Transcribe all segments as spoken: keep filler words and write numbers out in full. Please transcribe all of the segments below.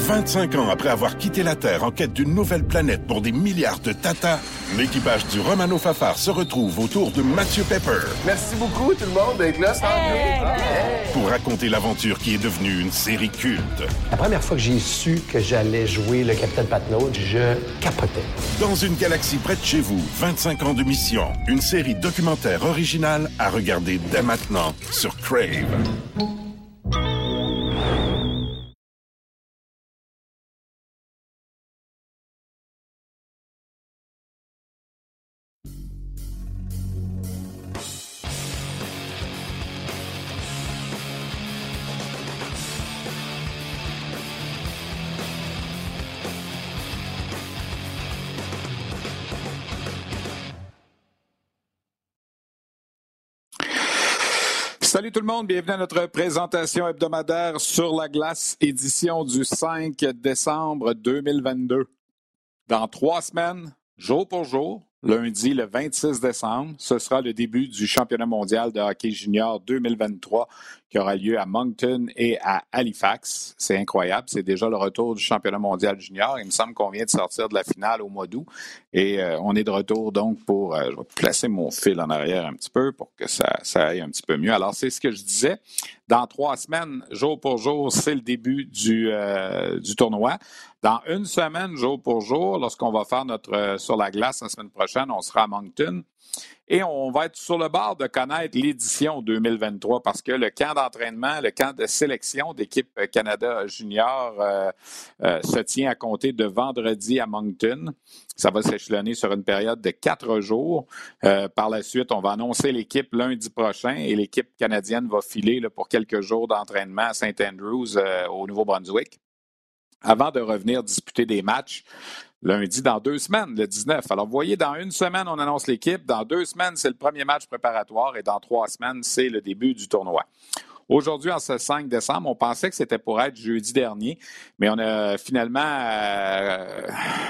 vingt-cinq ans après avoir quitté la Terre en quête d'une nouvelle planète pour des milliards de tatas, l'équipage du Romano Fafard se retrouve autour de Mathieu Pepper. Merci beaucoup tout le monde d'être là. Hey, hey. Pour raconter l'aventure qui est devenue une série culte. La première fois que j'ai su que j'allais jouer le Capitaine Patnaud, je capotais. Dans une galaxie près de chez vous, vingt-cinq ans de mission. Une série documentaire originale à regarder dès maintenant sur Crave. Salut tout le monde, bienvenue à notre présentation hebdomadaire sur la glace, édition du cinq décembre deux mille vingt-deux. Dans trois semaines, jour pour jour, lundi le vingt-six décembre, ce sera le début du championnat mondial de hockey junior deux mille vingt-trois qui aura lieu à Moncton et à Halifax. C'est incroyable, c'est déjà le retour du championnat mondial junior. Il me semble qu'on vient de sortir de la finale au mois d'août et euh, on est de retour donc pour, euh, je vais placer mon fil en arrière un petit peu pour que ça, ça aille un petit peu mieux. Alors c'est ce que je disais, dans trois semaines, jour pour jour, c'est le début du, euh, du tournoi. Dans une semaine, jour pour jour, lorsqu'on va faire notre euh, sur la glace la semaine prochaine, on sera à Moncton. Et on va être sur le bord de connaître l'édition deux mille vingt-trois parce que le camp d'entraînement, le camp de sélection d'équipe Canada Junior euh, euh, se tient à compter de vendredi à Moncton. Ça va s'échelonner sur une période de quatre jours. Euh, par la suite, on va annoncer l'équipe lundi prochain et l'équipe canadienne va filer là, pour quelques jours d'entraînement à Saint Andrews euh, au Nouveau-Brunswick avant de revenir disputer des matchs lundi dans deux semaines, le dix-neuf. Alors, vous voyez, dans une semaine, on annonce l'équipe. Dans deux semaines, c'est le premier match préparatoire et dans trois semaines, c'est le début du tournoi. Aujourd'hui, en ce cinq décembre, on pensait que c'était pour être jeudi dernier, mais on a finalement euh,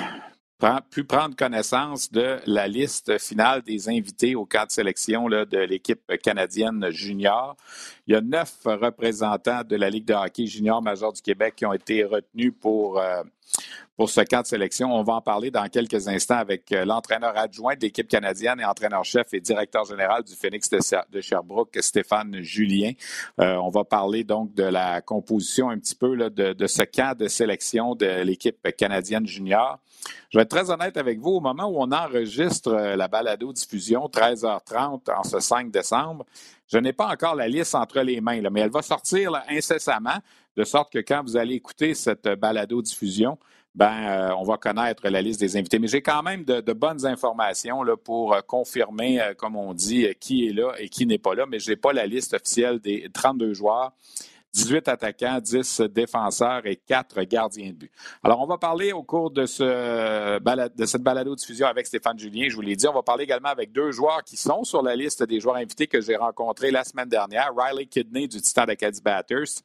pu prendre connaissance de la liste finale des invités au camp de sélection là, de l'équipe canadienne junior. Il y a neuf représentants de la Ligue de hockey junior majeur du Québec qui ont été retenus pour... Euh, pour ce camp de sélection. On va en parler dans quelques instants avec l'entraîneur adjoint de l'équipe canadienne et entraîneur-chef et directeur général du Phoenix de Sherbrooke, Stéphane Julien. Euh, on va parler donc de la composition un petit peu là, de, de ce camp de sélection de l'équipe canadienne junior. Je vais être très honnête avec vous, au moment où on enregistre la balado-diffusion, treize heures trente en ce cinq décembre, je n'ai pas encore la liste entre les mains, là, mais elle va sortir là, incessamment, de sorte que quand vous allez écouter cette balado-diffusion, ben, euh, on va connaître la liste des invités. Mais j'ai quand même de, de bonnes informations là, pour euh, confirmer, euh, comme on dit, euh, qui est là et qui n'est pas là, mais je n'ai pas la liste officielle des trente-deux joueurs. dix-huit attaquants, dix défenseurs et quatre gardiens de but. Alors, on va parler au cours de, ce, de cette balado-diffusion avec Stéphane Julien, je vous l'ai dit. On va parler également avec deux joueurs qui sont sur la liste des joueurs invités que j'ai rencontrés la semaine dernière. Riley Kidney du Titan d'Acadie Bathurst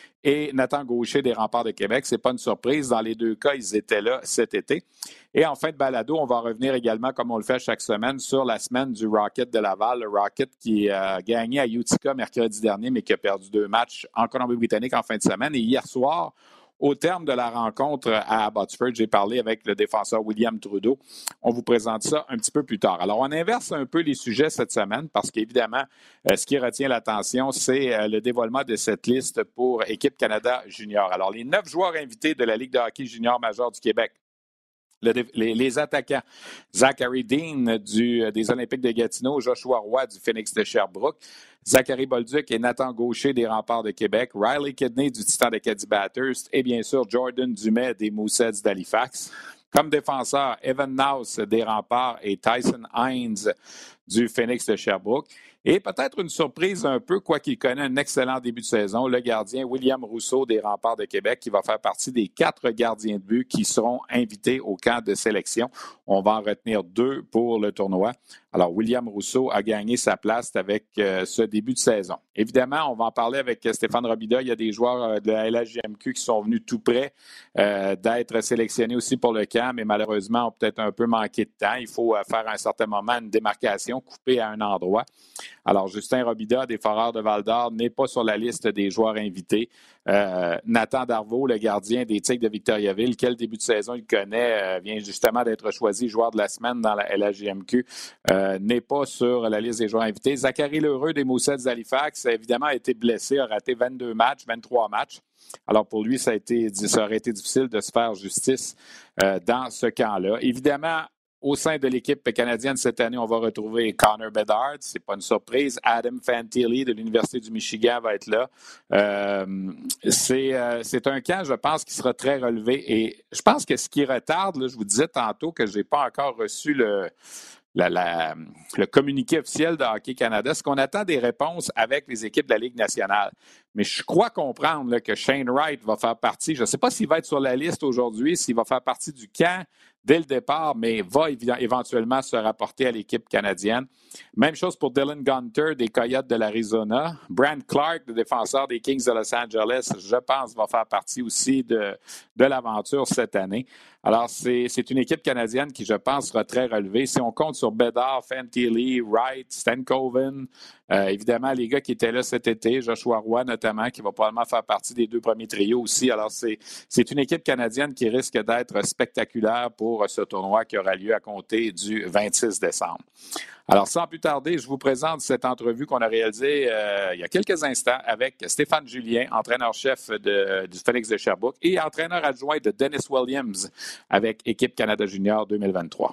et Nathan Gaucher des Remparts de Québec. Ce n'est pas une surprise. Dans les deux cas, ils étaient là cet été. Et en fin de balado, on va revenir également, comme on le fait chaque semaine, sur la semaine du Rocket de Laval. Le Rocket qui a gagné à Utica mercredi dernier, mais qui a perdu deux matchs en Colombie-Britannique en fin de semaine. Et hier soir, au terme de la rencontre à Abbotsford, j'ai parlé avec le défenseur William Trudeau. On vous présente ça un petit peu plus tard. Alors, on inverse un peu les sujets cette semaine parce qu'évidemment, euh, ce qui retient l'attention, c'est euh, le dévoilement de cette liste pour Équipe Canada Junior. Alors, les neuf joueurs invités de la Ligue de hockey junior majeur du Québec. Le, les, les attaquants, Zachary Dean du, des Olympiques de Gatineau, Joshua Roy du Phoenix de Sherbrooke, Zachary Bolduc et Nathan Gaucher des Remparts de Québec, Riley Kidney du Titan d'Acadie Bathurst et bien sûr Jordan Dumais des Mooseheads d'Halifax. Comme défenseur, Evan Naus des Remparts et Tyson Hines du Phoenix de Sherbrooke. Et peut-être une surprise un peu, quoiqu'il connaît un excellent début de saison, le gardien William Rousseau des Remparts de Québec qui va faire partie des quatre gardiens de but qui seront invités au camp de sélection. On va en retenir deux pour le tournoi. Alors, William Rousseau a gagné sa place avec euh, ce début de saison. Évidemment, on va en parler avec Stéphane Robida. Il y a des joueurs de la L H J M Q qui sont venus tout près euh, d'être sélectionnés aussi pour le camp, mais malheureusement, ont peut-être un peu manqué de temps. Il faut euh, faire à un certain moment une démarcation, couper à un endroit. Alors, Justin Robida, des Foreurs de Val-d'Or, n'est pas sur la liste des joueurs invités. Euh, Nathan Darvaux, le gardien des Tigres de Victoriaville, quel début de saison il connaît, euh, vient justement d'être choisi joueur de la semaine dans la L H J M Q, euh, n'est pas sur la liste des joueurs invités. Zachary Lheureux des Moussets d'Halifax, évidemment, a été blessé, a raté vingt-deux matchs, vingt-trois matchs. Alors, pour lui, ça, a été, ça aurait été difficile de se faire justice euh, dans ce camp-là. Évidemment, au sein de l'équipe canadienne cette année, on va retrouver Connor Bedard, c'est pas une surprise. Adam Fantilli de l'Université du Michigan va être là. Euh, c'est, euh, c'est un camp, je pense, qui sera très relevé. Et je pense que ce qui retarde, là, je vous disais tantôt que je n'ai pas encore reçu le... La, la, le communiqué officiel de Hockey Canada, c'est qu'on attend des réponses avec les équipes de la Ligue nationale. Mais je crois comprendre là, que Shane Wright va faire partie, je ne sais pas s'il va être sur la liste aujourd'hui, s'il va faire partie du camp dès le départ, mais va éventuellement se rapporter à l'équipe canadienne. Même chose pour Dylan Gunter des Coyotes de l'Arizona. Brant Clark, le défenseur des Kings de Los Angeles, je pense, va faire partie aussi de, de l'aventure cette année. Alors, c'est, c'est une équipe canadienne qui, je pense, sera très relevée. Si on compte sur Bedard, Fantilli, Wright, Stankoven, euh, évidemment, les gars qui étaient là cet été, Joshua Roy notamment, qui va probablement faire partie des deux premiers trios aussi. Alors, c'est, c'est une équipe canadienne qui risque d'être spectaculaire pour ce tournoi qui aura lieu à compter du vingt-six décembre. Alors, sans plus tarder, je vous présente cette entrevue qu'on a réalisée euh, il y a quelques instants avec Stéphane Julien, entraîneur-chef de, du Phoenix de Sherbrooke et entraîneur adjoint de Dennis Williams avec Équipe Canada Junior deux mille vingt-trois.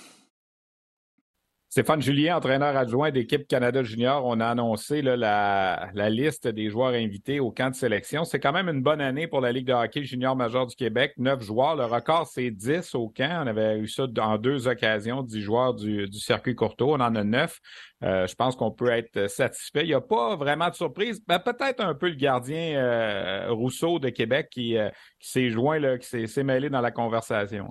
Stéphane Julien, entraîneur adjoint d'Équipe Canada Junior, on a annoncé là, la, la liste des joueurs invités au camp de sélection. C'est quand même une bonne année pour la Ligue de hockey junior majeur du Québec. Neuf joueurs. Le record, c'est dix au camp. On avait eu ça en deux occasions, dix joueurs du, du circuit Courtois. On en a neuf. Euh, je pense qu'on peut être satisfait. Il n'y a pas vraiment de surprise. Ben, peut-être un peu le gardien euh, Rousseau de Québec qui, euh, qui s'est joint, là, qui s'est, s'est mêlé dans la conversation.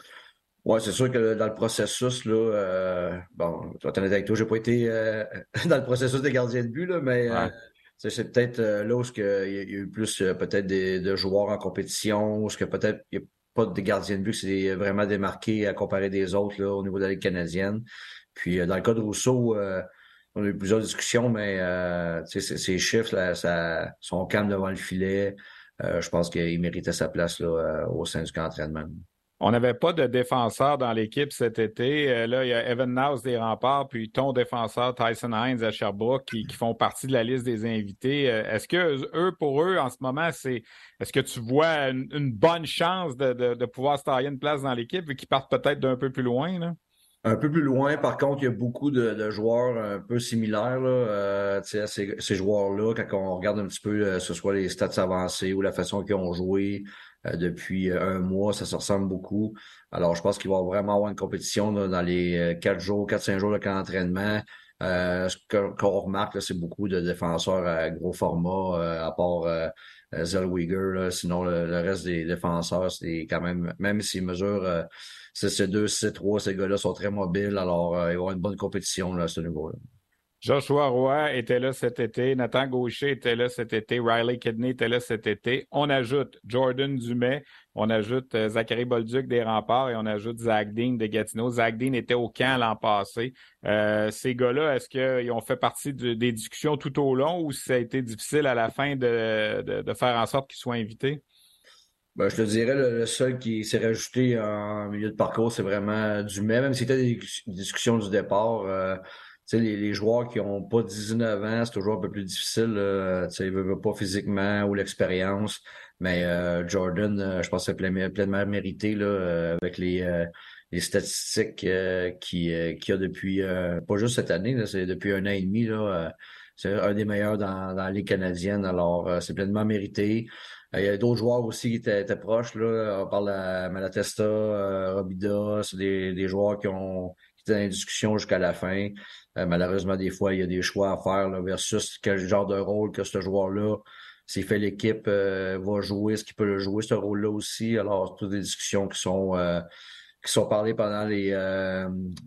Oui, c'est sûr que dans le processus, là, euh, bon, je vais être honnête avec toi, j'ai pas été euh, dans le processus des gardiens de but, là, mais ouais. euh, c'est, c'est peut-être euh, là où il y a eu plus euh, peut-être des, de joueurs en compétition, où ce que peut-être il n'y a pas de gardiens de but qui s'est vraiment démarqué à comparer des autres là, au niveau de la Ligue canadienne. Puis euh, dans le cas de Rousseau, euh, on a eu plusieurs discussions, mais euh, ces chiffres, là, ça, sont calmes devant le filet. Euh, je pense qu'il méritait sa place là, euh, au sein du camp d'entraînement. On n'avait pas de défenseur dans l'équipe cet été. Euh, là, il y a Evan Naus des Remparts, puis ton défenseur Tyson Hines à Sherbrooke qui, qui font partie de la liste des invités. Euh, est-ce que eux, pour eux, en ce moment, c'est est-ce que tu vois une, une bonne chance de, de, de pouvoir se tailler une place dans l'équipe vu qu'ils partent peut-être d'un peu plus loin, là? Un peu plus loin, par contre, il y a beaucoup de, de joueurs un peu similaires là, euh, à ces, ces joueurs-là, quand on regarde un petit peu, euh, ce soit les stats avancés ou la façon qu'ils ont joué euh, depuis un mois, ça se ressemble beaucoup. Alors, je pense qu'il va vraiment avoir une compétition là, dans les quatre jours, quatre, cinq jours de camp d'entraînement. Euh, ce qu'on remarque, là, c'est beaucoup de défenseurs à gros format, euh, à part euh, Zellweger. Là. Sinon, le, le reste des défenseurs, c'est quand même, même s'ils mesurent euh, six deux, six trois, ces gars-là sont très mobiles. Alors, euh, il va y avoir une bonne compétition là, à ce niveau-là. Joshua Roy était là cet été, Nathan Gaucher était là cet été, Riley Kidney était là cet été. On ajoute Jordan Dumais, on ajoute euh, Zachary Bolduc des Remparts et on ajoute Zach Dean de Gatineau. Zach Dean était au camp l'an passé. Euh, ces gars-là, est-ce qu'ils ont fait partie de, des discussions tout au long ou ça a été difficile à la fin de, de, de faire en sorte qu'ils soient invités? Ben, je te dirais, le, le seul qui s'est rajouté en milieu de parcours, c'est vraiment Dumais, même si c'était des discussions du départ. Euh, Tu sais, les, les joueurs qui ont pas dix-neuf ans, c'est toujours un peu plus difficile. Euh, tu sais, ils veulent pas physiquement ou l'expérience. Mais euh, Jordan, euh, je pense que c'est pleinement, pleinement mérité là, euh, avec les, euh, les statistiques euh, qui, euh, qu'il y a depuis, euh, pas juste cette année, là, c'est depuis un an et demi. Là, euh, c'est un des meilleurs dans, dans la Ligue canadienne. Alors, euh, c'est pleinement mérité. Il y a d'autres joueurs aussi qui étaient, étaient proches. Là. On parle de Malatesta, euh, Robida. C'est des, des joueurs qui ont qui étaient dans la discussion jusqu'à la fin. Euh, malheureusement, des fois, il y a des choix à faire là, versus quel genre de rôle que ce joueur-là, s'il fait l'équipe, euh, va jouer, est-ce qu'il peut le jouer, ce rôle-là aussi. Alors, toutes des discussions qui sont euh, qui sont parlées pendant les euh,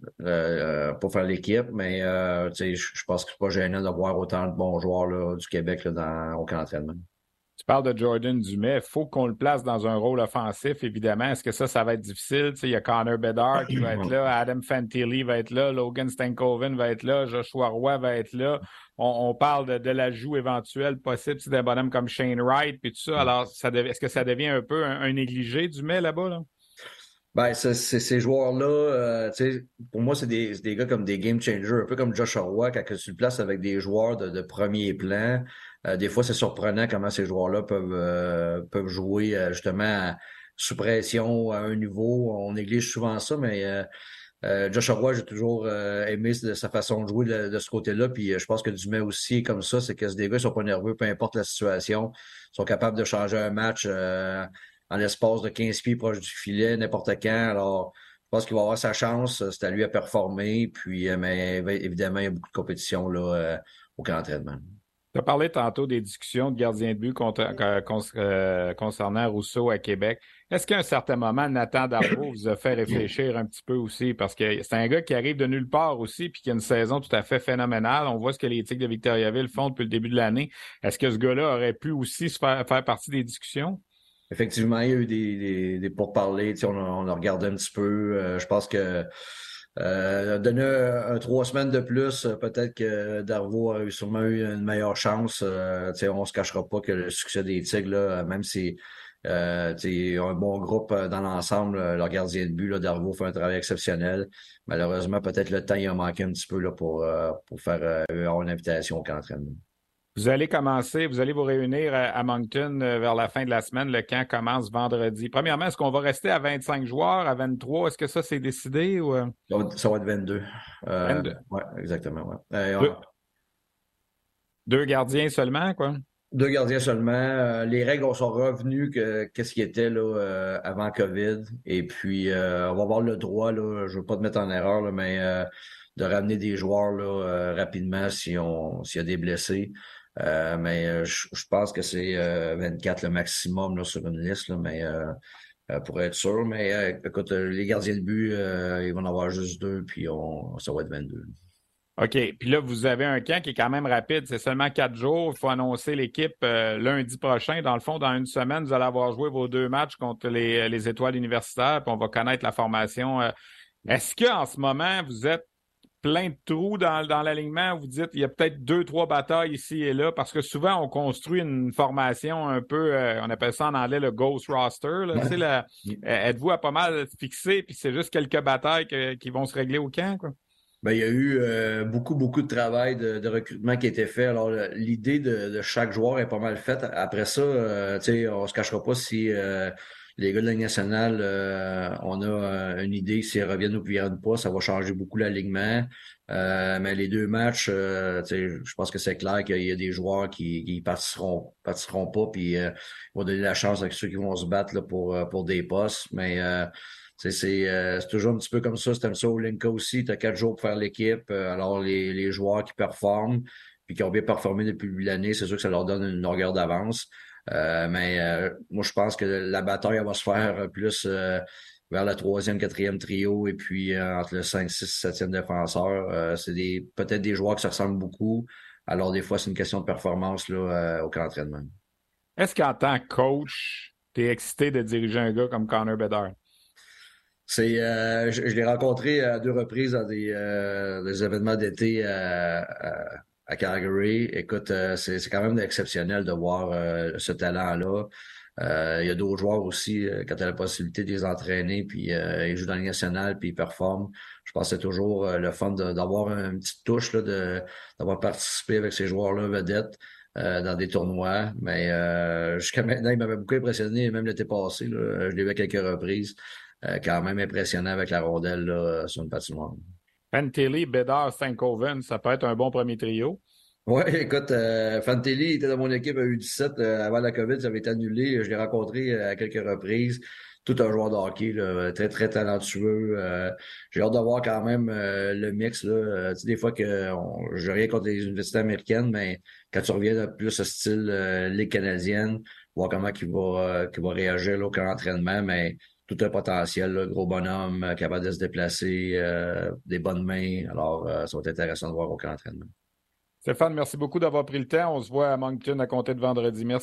euh, pour faire l'équipe, mais euh, je pense que c'est pas gênant d'avoir autant de bons joueurs là, du Québec là, dans, au camp d'entraînement. Tu parles de Jordan Dumais. Il faut qu'on le place dans un rôle offensif, évidemment. Est-ce que ça, ça va être difficile? Tu sais, il y a Connor Bedard qui va être là, Adam Fantilli va être là, Logan Stankoven va être là, Joshua Roy va être là. On, on parle de, de l'ajout éventuel possible d'un bonhomme comme Shane Wright puis tout ça. Alors, ça dev... est-ce que ça devient un peu un, un négligé, Dumais, là-bas, là? Ben, c'est, c'est, ces joueurs-là, euh, tu sais, pour moi, c'est des, c'est des gars comme des game changers, un peu comme Joshua Roy, quand tu le places avec des joueurs de, de premier plan. Euh, des fois, c'est surprenant comment ces joueurs-là peuvent, euh, peuvent jouer euh, justement à- sous pression à un niveau. On néglige souvent ça, mais euh, euh, Joshua Roy, j'ai toujours euh, aimé de sa façon de jouer de, de ce côté-là. Puis euh, je pense que Dumais aussi est comme ça, c'est que c'est des gars qui sont pas nerveux, peu importe la situation, ils sont capables de changer un match. Euh, en l'espace de quinze pieds proche du filet, n'importe quand. Alors, je pense qu'il va avoir sa chance. C'est à lui à performer. Puis, mais évidemment, il y a beaucoup de compétition là, euh, au camp d'entraînement. Tu as parlé tantôt des discussions de gardiens de but contre, euh, concernant Rousseau à Québec. Est-ce qu'à un certain moment, Nathan Darbo vous a fait réfléchir un petit peu aussi? Parce que c'est un gars qui arrive de nulle part aussi puis qui a une saison tout à fait phénoménale. On voit ce que les Tigres de Victoriaville font depuis le début de l'année. Est-ce que ce gars-là aurait pu aussi se faire, faire partie des discussions? Effectivement, il y a eu des, des, des pourparlers. On a, on a regardé un petit peu. Euh, je pense que euh, donner un, un trois semaines de plus, peut-être que Darvo a eu sûrement eu une meilleure chance. Euh, on se cachera pas que le succès des Tigres, là, même si euh, ils ont un bon groupe dans l'ensemble, leur gardien de but, là, Darvo fait un travail exceptionnel. Malheureusement, peut-être le temps il a manqué un petit peu là, pour, euh, pour faire euh, avoir une invitation au camp d'entraînement. Vous allez commencer, vous allez vous réunir à Moncton vers la fin de la semaine. Le camp commence vendredi. Premièrement, est-ce qu'on va rester à vingt-cinq joueurs, à vingt-trois? Est-ce que ça, c'est décidé? Ou... Ça, va, ça va être vingt-deux. Euh, vingt-deux. Oui, exactement. Ouais. Euh, Deux. on... Deux gardiens seulement, quoi? Deux gardiens seulement. Euh, les règles sont revenues que qu'est-ce qui était là euh, avant COVID. Et puis, euh, on va avoir le droit, là, je veux pas te mettre en erreur, là, mais euh, de ramener des joueurs là, euh, rapidement si on s'il y a des blessés. Euh, mais euh, je, je pense que c'est euh, vingt-quatre le maximum là, sur une liste, là, mais euh, euh, pour être sûr. Mais euh, écoute, euh, les gardiens de but, euh, ils vont en avoir juste deux, puis on, ça va être vingt-deux. OK. Puis là, vous avez un camp qui est quand même rapide. C'est seulement quatre jours. Il faut annoncer l'équipe euh, lundi prochain. Dans le fond, dans une semaine, vous allez avoir joué vos deux matchs contre les, les étoiles universitaires, puis on va connaître la formation. Euh, est-ce qu'en ce moment, vous êtes plein de trous dans, dans l'alignement, vous dites il y a peut-être deux, trois batailles ici et là, parce que souvent on construit une formation un peu, euh, on appelle ça en anglais le ghost roster. Là, tu sais, là, êtes-vous à pas mal fixé, puis c'est juste quelques batailles que, qui vont se régler au camp, quoi? Ben, il y a eu euh, beaucoup, beaucoup de travail de, de recrutement qui a été fait. Alors, l'idée de, de chaque joueur est pas mal faite. Après ça, euh, tu sais, on se cachera pas si euh, les gars de la Ligue nationale, euh, on a euh, une idée, s'ils reviennent ou qu'ils reviennent pas, ça va changer beaucoup l'alignement. Euh, mais les deux matchs, euh, tu sais, je pense que c'est clair qu'il y a des joueurs qui, qui participeront, participeront pas, puis euh, on va donner la chance à ceux qui vont se battre là, pour, pour des postes. Mais euh, C'est, c'est, euh, c'est toujours un petit peu comme ça. C'est comme ça au Linka aussi. Tu as quatre jours pour faire l'équipe. Euh, alors, les, les joueurs qui performent puis qui ont bien performé depuis l'année, c'est sûr que ça leur donne une longueur d'avance. Euh, mais euh, moi, je pense que la bataille elle va se faire plus euh, vers le troisième, quatrième trio et puis euh, entre le cinq, six, septième défenseur. Euh, c'est des peut-être des joueurs qui se ressemblent beaucoup. Alors, des fois, c'est une question de performance là, euh, au camp d'entraînement. Est-ce qu'en tant que coach, tu es excité de diriger un gars comme Connor Bedard? C'est, euh, je, je l'ai rencontré à deux reprises dans des, euh, des événements d'été à, à, à Calgary. Écoute, euh, c'est, c'est quand même exceptionnel de voir euh, ce talent-là. Euh, il y a d'autres joueurs aussi, euh, quand tu as la possibilité de les entraîner, puis euh, ils jouent dans la Ligue nationale, puis ils performent. Je pense que c'est toujours euh, le fun de, d'avoir une petite touche, là, de, d'avoir participé avec ces joueurs-là vedettes. Euh, dans des tournois, mais euh, jusqu'à maintenant, il m'avait beaucoup impressionné, même l'été passé, là, je l'ai vu à quelques reprises. Euh, quand même impressionnant avec la rondelle là, sur une patinoire. Fantilli, Bedard, Stankoven, ça peut être un bon premier trio. Oui, écoute, euh, Fantilli était dans mon équipe à U dix-sept euh, avant la COVID, ça avait été annulé. Je l'ai rencontré à quelques reprises. Tout un joueur de hockey, là, très, très talentueux. Euh, j'ai hâte de voir quand même euh, le mix. Là. Euh, tu sais, des fois que on, je n'ai rien contre les universités américaines, mais quand tu reviens à plus ce style euh, Ligue canadienne, voir comment il va, euh, qu'il va réagir là, au camp d'entraînement, mais tout un potentiel, là, gros bonhomme, euh, capable de se déplacer, euh, des bonnes mains. Alors, euh, ça va être intéressant de voir au camp d'entraînement. Stéphane, merci beaucoup d'avoir pris le temps. On se voit à Moncton à compter de vendredi. Merci.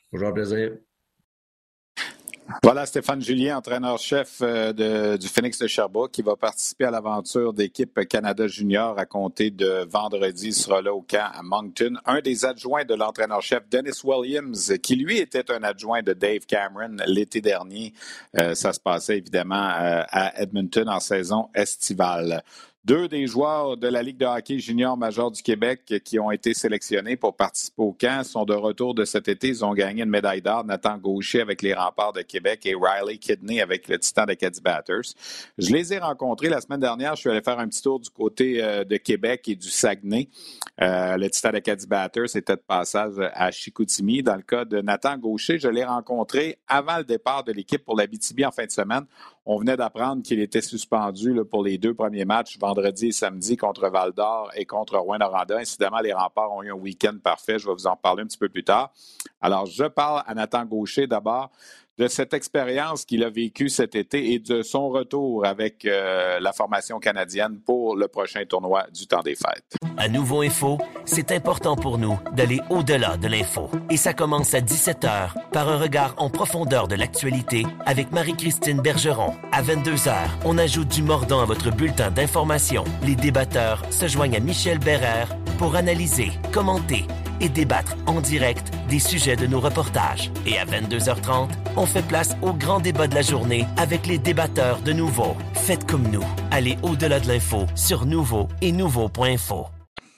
Toujours un plaisir. Voilà Stéphane Julien, entraîneur-chef de, du Phoenix de Sherbrooke, qui va participer à l'aventure d'équipe Canada Junior à compter de vendredi. Il sera là au camp à Moncton. Un des adjoints de l'entraîneur-chef, Dennis Williams, qui lui était un adjoint de Dave Cameron l'été dernier. Euh, ça se passait évidemment euh, à Edmonton en saison estivale. Deux des joueurs de la Ligue de hockey junior major du Québec qui ont été sélectionnés pour participer au camp sont de retour de cet été. Ils ont gagné une médaille d'or. Nathan Gaucher avec les Remparts de Québec et Riley Kidney avec le Titan d'Acadie Batters. Je les ai rencontrés la semaine dernière. Je suis allé faire un petit tour du côté euh, de Québec et du Saguenay. Euh, le Titan d'Acadie Batters était de passage à Chicoutimi. Dans le cas de Nathan Gaucher, je l'ai rencontré avant le départ de l'équipe pour l'Abitibi en fin de semaine. On venait d'apprendre qu'il était suspendu là, pour les deux premiers matchs, vendredi et samedi, contre Val-d'Or et contre Rouyn-Noranda. Incidemment, les Remparts ont eu un week-end parfait. Je vais vous en parler un petit peu plus tard. Alors, je parle à Nathan Gaucher d'abord de cette expérience qu'il a vécue cet été et de son retour avec euh, la formation canadienne pour le prochain tournoi du temps des fêtes. À Nouveau Info, c'est important pour nous d'aller au-delà de l'info. Et ça commence à dix-sept heures par un regard en profondeur de l'actualité avec Marie-Christine Bergeron. À vingt-deux heures, on ajoute du mordant à votre bulletin d'information. Les débatteurs se joignent à Michel Bérère pour analyser, commenter et débattre en direct des sujets de nos reportages. Et à vingt-deux heures trente, on fait place au grand débat de la journée avec les débatteurs de Nouveau. Faites comme nous. Allez au-delà de l'info sur Nouveau et nouveau point info.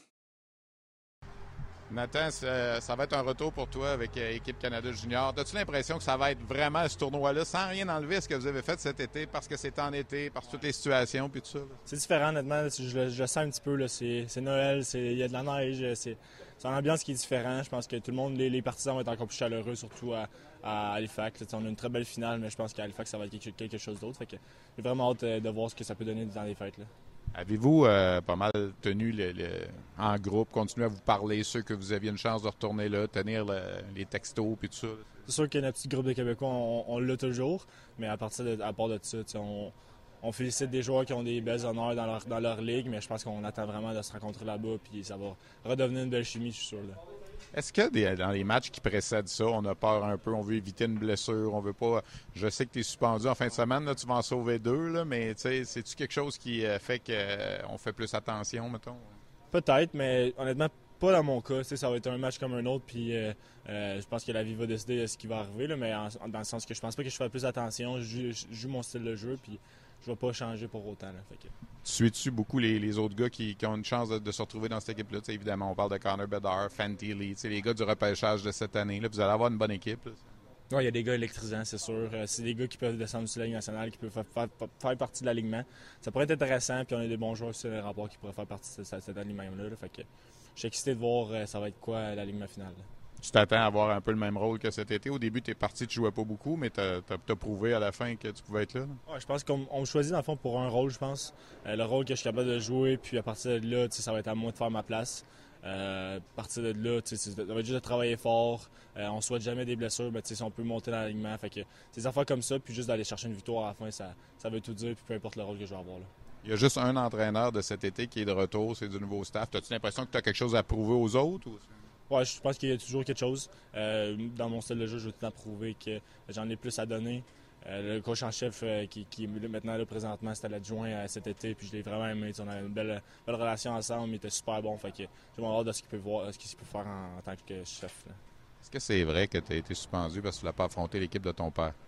Nathan, ça va être un retour pour toi avec l'équipe Canada Junior. As-tu l'impression que ça va être vraiment ce tournoi-là, sans rien enlever à ce que vous avez fait cet été, parce que c'est en été, parce que toutes les situations, puis tout ça? Là? C'est différent, honnêtement. Je le, je le sens un petit peu. Là. C'est, c'est Noël, il y a de la neige. C'est, c'est une ambiance qui est différente. Je pense que tout le monde, les, les partisans vont être encore plus chaleureux, surtout à, à Halifax. Là, on a une très belle finale, mais je pense qu'à Halifax, ça va être quelque, quelque chose d'autre. Fait que j'ai vraiment hâte de voir ce que ça peut donner dans les fêtes. Là. Avez-vous euh, pas mal tenu le, le, en groupe, continué à vous parler, ceux que vous aviez une chance de retourner là, tenir le, les textos et tout ça? C'est sûr que notre petit groupe de Québécois, on, on l'a toujours, mais à partir de, à part de ça, on, on félicite des joueurs qui ont des belles honneurs dans leur, dans leur ligue, mais je pense qu'on attend vraiment de se rencontrer là-bas puis ça va redevenir une belle chimie, je suis sûr. Là. Est-ce que des, dans les matchs qui précèdent ça, on a peur un peu, on veut éviter une blessure, on veut pas... Je sais que tu es suspendu en fin de semaine, là, tu vas en sauver deux, là, mais c'est-tu quelque chose qui fait qu'on euh, fait plus attention, mettons? Peut-être, mais honnêtement, pas dans mon cas. Ça va être un match comme un autre, puis euh, euh, je pense que la vie va décider de ce qui va arriver, là, mais en, dans le sens que je pense pas que je fasse plus attention, je joue, je joue mon style de jeu, puis je vais pas changer pour autant. Là, fait que... Tu suis-tu beaucoup les, les autres gars qui, qui ont une chance de, de se retrouver dans cette équipe-là? T'sais, évidemment, on parle de Connor Bedard, Fantilli, les gars du repêchage de cette année. Là, vous allez avoir une bonne équipe. Oui, il y a des gars électrisants, c'est sûr. Euh, c'est des gars qui peuvent descendre sur la Ligue nationale, qui peuvent faire, faire, faire partie de l'alignement. Ça pourrait être intéressant, puis on a des bons joueurs sur les rapports qui pourraient faire partie de cet alignement-là. Là, fait que je suis excité de voir euh, ça va être quoi l'alignement final. Là. Tu t'attends à avoir un peu le même rôle que cet été. Au début, tu es parti, tu jouais pas beaucoup, mais tu as prouvé à la fin que tu pouvais être là. là. Ouais, je pense qu'on me choisit dans le fond pour un rôle, je pense. Euh, le rôle que je suis capable de jouer, puis à partir de là, ça va être à moi de faire ma place. Euh, à partir de là, ça va être juste de travailler fort. Euh, on ne souhaite jamais des blessures, mais si on peut monter dans l'alignement. Fait que des affaires comme ça, puis juste d'aller chercher une victoire à la fin, ça, ça veut tout dire, puis peu importe le rôle que je vais avoir. Là. Il y a juste un entraîneur de cet été qui est de retour, c'est du nouveau staff. As-tu l'impression que tu as quelque chose à prouver aux autres? Ou... Ouais, je pense qu'il y a toujours quelque chose. Euh, dans mon style de jeu, je veux tout le temps prouver que j'en ai plus à donner. Euh, le coach en chef euh, qui, qui est maintenant là présentement, c'était l'adjoint euh, cet été, puis je l'ai vraiment aimé. On a une belle, belle relation ensemble, il était super bon. Fait que j'ai hâte de ce qu'il peut voir, ce qu'il peut faire en, en tant que chef. Là. Est-ce que c'est vrai que tu as été suspendu parce que tu n'as pas affronté l'équipe de ton père?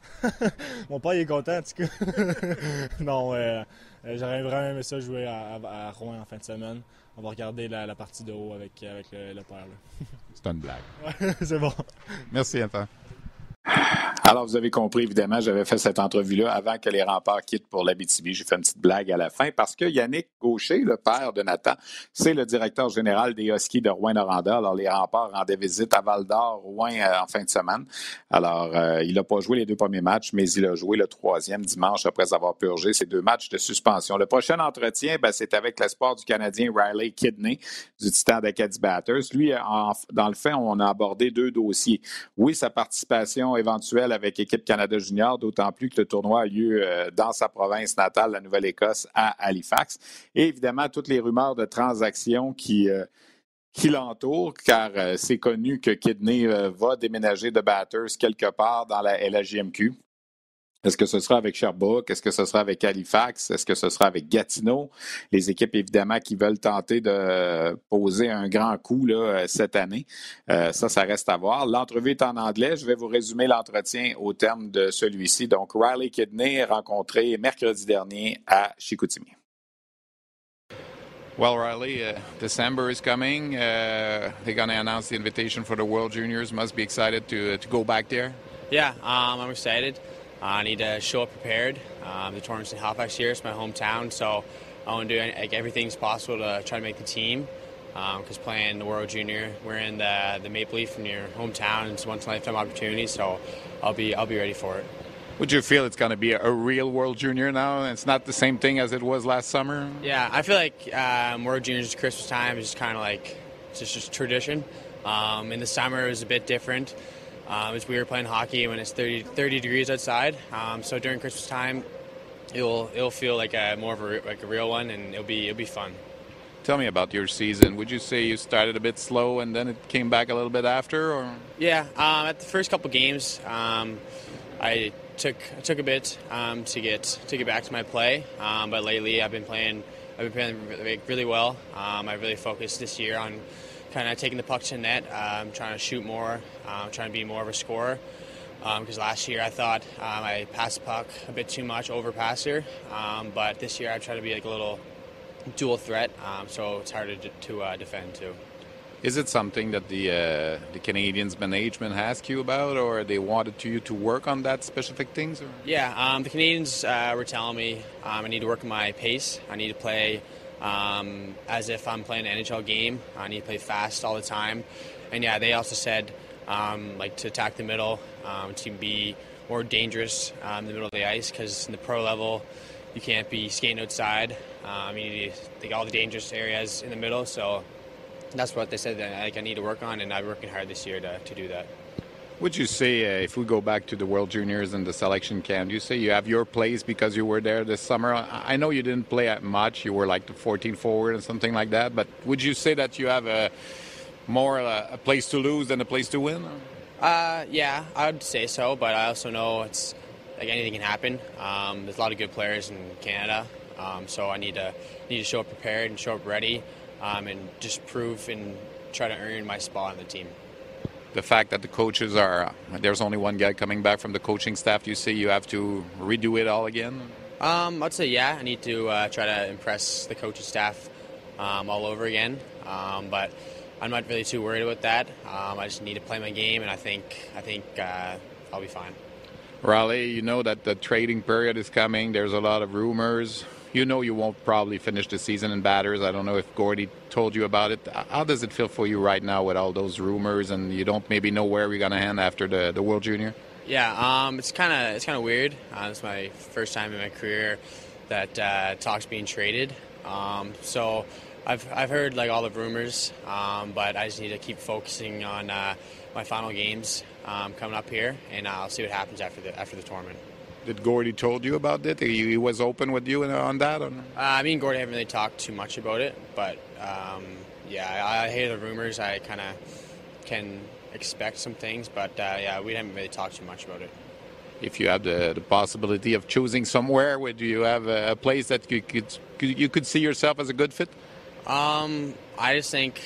Mon père il est content en tout cas. non, euh, j'aurais vraiment aimé ça jouer à, à, à Rouen en fin de semaine. On va regarder la, la partie de haut avec, avec le, le père. C'est une blague. Ouais, c'est bon. Merci, Antoine. Alors, vous avez compris, évidemment, j'avais fait cette entrevue-là avant que les Remparts quittent pour l'Abitibi. J'ai fait une petite blague à la fin parce que Yannick Gaucher, le père de Nathan, c'est le directeur général des Huskies de Rouyn-Noranda. Alors, les Remparts rendaient visite à Val-d'Or, Rouen, euh, en fin de semaine. Alors, euh, il n'a pas joué les deux premiers matchs, mais il a joué le troisième dimanche après avoir purgé ces deux matchs de suspension. Le prochain entretien, ben, c'est avec l'espoir du Canadien Riley Kidney du Titan d'Acadie Batters. Lui, en, dans le fait, on a abordé deux dossiers. Oui, sa participation éventuelle avec Équipe Canada Junior, d'autant plus que le tournoi a lieu euh, dans sa province natale, la Nouvelle-Écosse, à Halifax. Et évidemment, toutes les rumeurs de transactions qui, euh, qui l'entourent, car euh, c'est connu que Kidney euh, va déménager de Bathurst quelque part dans la L H J M Q. Est-ce que ce sera avec Sherbrooke? Est-ce que ce sera avec Halifax? Est-ce que ce sera avec Gatineau? Les équipes, évidemment, qui veulent tenter de poser un grand coup là, cette année. Euh, ça, ça reste à voir. L'entrevue est en anglais. Je vais vous résumer l'entretien au terme de celui-ci. Donc, Riley Kidney rencontré mercredi dernier à Chicoutimi. Well, Riley, uh, December is coming. Uh, they're going to announce the invitation for the World Juniors. Must be excited to, uh, to go back there. Yeah, um, I'm excited. Uh, I need to show up prepared. Um, the tournament's in Halifax here. It's my hometown, so I want to do like, everything possible to try to make the team. Because um, playing the World Junior, we're in the the Maple Leaf in your hometown. It's a once in a lifetime opportunity, so I'll be I'll be ready for it. Would you feel it's going to be a, a real World Junior now? It's not the same thing as it was last summer. Yeah, I feel like um, World Juniors Christmas time is kind of like it's just, just tradition. Um, in the summer, it was a bit different. Um, it's weird playing hockey when it's thirty, thirty degrees outside. Um, so during Christmas time, it'll it'll feel like a more of a like a real one, and it'll be it'll be fun. Tell me about your season. Would you say you started a bit slow and then it came back a little bit after, or? Yeah, um, at the first couple games, um, I took I took a bit um, to get to get back to my play, um, but lately I've been playing I've been playing really, really well. Um, I really focused this year on kind of taking the puck to net, um, trying to shoot more, um, trying to be more of a scorer. Because um, last year I thought um, I passed the puck a bit too much, overpasser. Um, but this year I try to be like a little dual threat, um, so it's harder to, to uh, defend too. Is it something that the uh, the Canadiens management asked you about, or they wanted you to work on that specific things? Or? Yeah, um, the Canadiens uh, were telling me um, I need to work on my pace. I need to play um, as if I'm playing an N H L game. I need to play fast all the time. And yeah, they also said um, like to attack the middle, um, to be more dangerous um, in the middle of the ice, because in the pro level you can't be skating outside. Um, you need to think all the dangerous areas in the middle. So that's what they said that like, I need to work on, and I'm working hard this year to, to do that. Would you say, uh, if we go back to the World Juniors and the selection camp, do you say you have your place because you were there this summer? I know you didn't play much. You were like the fourteen forward and something like that. But would you say that you have a more uh, a place to lose than a place to win? Uh, yeah, I would say so. But I also know it's like anything can happen. Um, there's a lot of good players in Canada, um, so I need to need to show up prepared and show up ready. Um, and just prove and try to earn my spot on the team. The fact that the coaches are, there's only one guy coming back from the coaching staff, you say you have to redo it all again? Um, I'd say, yeah, I need to uh, try to impress the coaching staff um, all over again. Um, but I'm not really too worried about that. Um, I just need to play my game, and I think I think uh, I'll be fine. Riley, you know that the trading period is coming. There's a lot of rumors. You know you won't probably finish the season in Batters. I don't know if Gordy told you about it. How does it feel for you right now with all those rumors, and you don't maybe know where you're going to end after the, the World Junior? Yeah, um, it's kind of it's kind of weird. Uh, it's my first time in my career that uh, talks being traded. Um, so I've I've heard like all the rumors, um, but I just need to keep focusing on uh, my final games um, coming up here, and I'll see what happens after the after the tournament. Did Gordy told you about it? He, he was open with you on that? Or? Uh, I mean, Gordy haven't really talked too much about it, but um, yeah, I, I hear the rumors. I kind of can expect some things, but uh, yeah, we haven't really talked too much about it. If you have the, the possibility of choosing somewhere, would you have a, a place that you could you could see yourself as a good fit? Um, I just think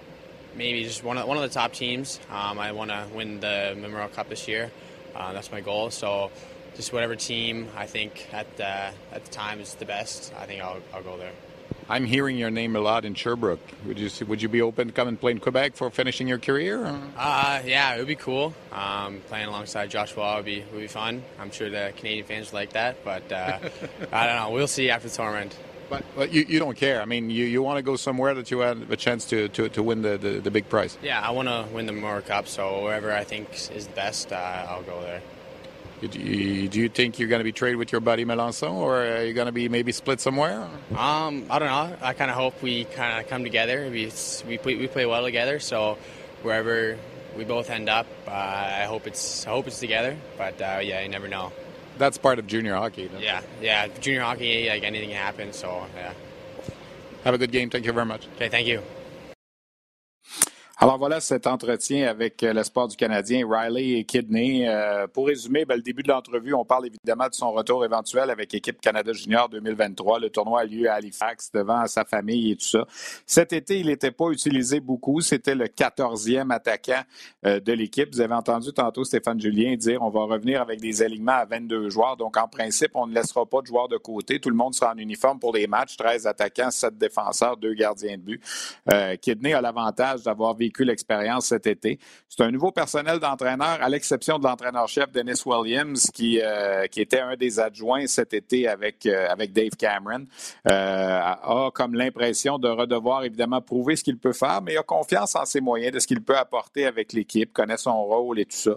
maybe just one of one of the top teams. Um, I want to win the Memorial Cup this year. Uh, that's my goal. So. Just whatever team I think at the, at the time is the best, I think I'll I'll go there. I'm hearing your name a lot in Sherbrooke. Would you would you be open to come and play in Quebec for finishing your career? Or? Uh, yeah, it would be cool. Um, playing alongside Joshua would be would be fun. I'm sure the Canadian fans like that, but uh, I don't know. We'll see after the tournament. But, but you, you don't care. I mean, you, you want to go somewhere that you have a chance to, to, to win the, the, the big prize. Yeah, I want to win the Memorial Cup, so wherever I think is the best, uh, I'll go there. Do you, do you think you're going to be traded with your buddy Melanson, or are you going to be maybe split somewhere? Um, I don't know. I kind of hope we kind of come together. We we play, we play well together, so wherever we both end up, uh, I hope it's I hope it's together. But uh, yeah, you never know. That's part of junior hockey. Though. Yeah, yeah, junior hockey, like anything can happen. So yeah. Have a good game. Thank you very much. Okay, thank you. Alors voilà cet entretien avec le Sport du Canadien, Riley Kidney. Euh, pour résumer, ben, le début de l'entrevue, on parle évidemment de son retour éventuel avec l'équipe Canada Junior deux mille vingt-trois. Le tournoi a lieu à Halifax devant sa famille et tout ça. Cet été, il n'était pas utilisé beaucoup. C'était le quatorzième attaquant euh, de l'équipe. Vous avez entendu tantôt Stéphane Julien dire on va revenir avec des alignements à vingt-deux joueurs. Donc en principe, on ne laissera pas de joueurs de côté. Tout le monde sera en uniforme pour les matchs. treize attaquants, sept défenseurs, deux gardiens de but. Euh, Kidney a l'avantage d'avoir vécu l'expérience cet été. C'est un nouveau personnel d'entraîneur, à l'exception de l'entraîneur-chef Dennis Williams, qui, euh, qui était un des adjoints cet été avec, euh, avec Dave Cameron, euh, a comme l'impression de redevoir évidemment prouver ce qu'il peut faire, mais il a confiance en ses moyens, de ce qu'il peut apporter avec l'équipe, connaît son rôle et tout ça.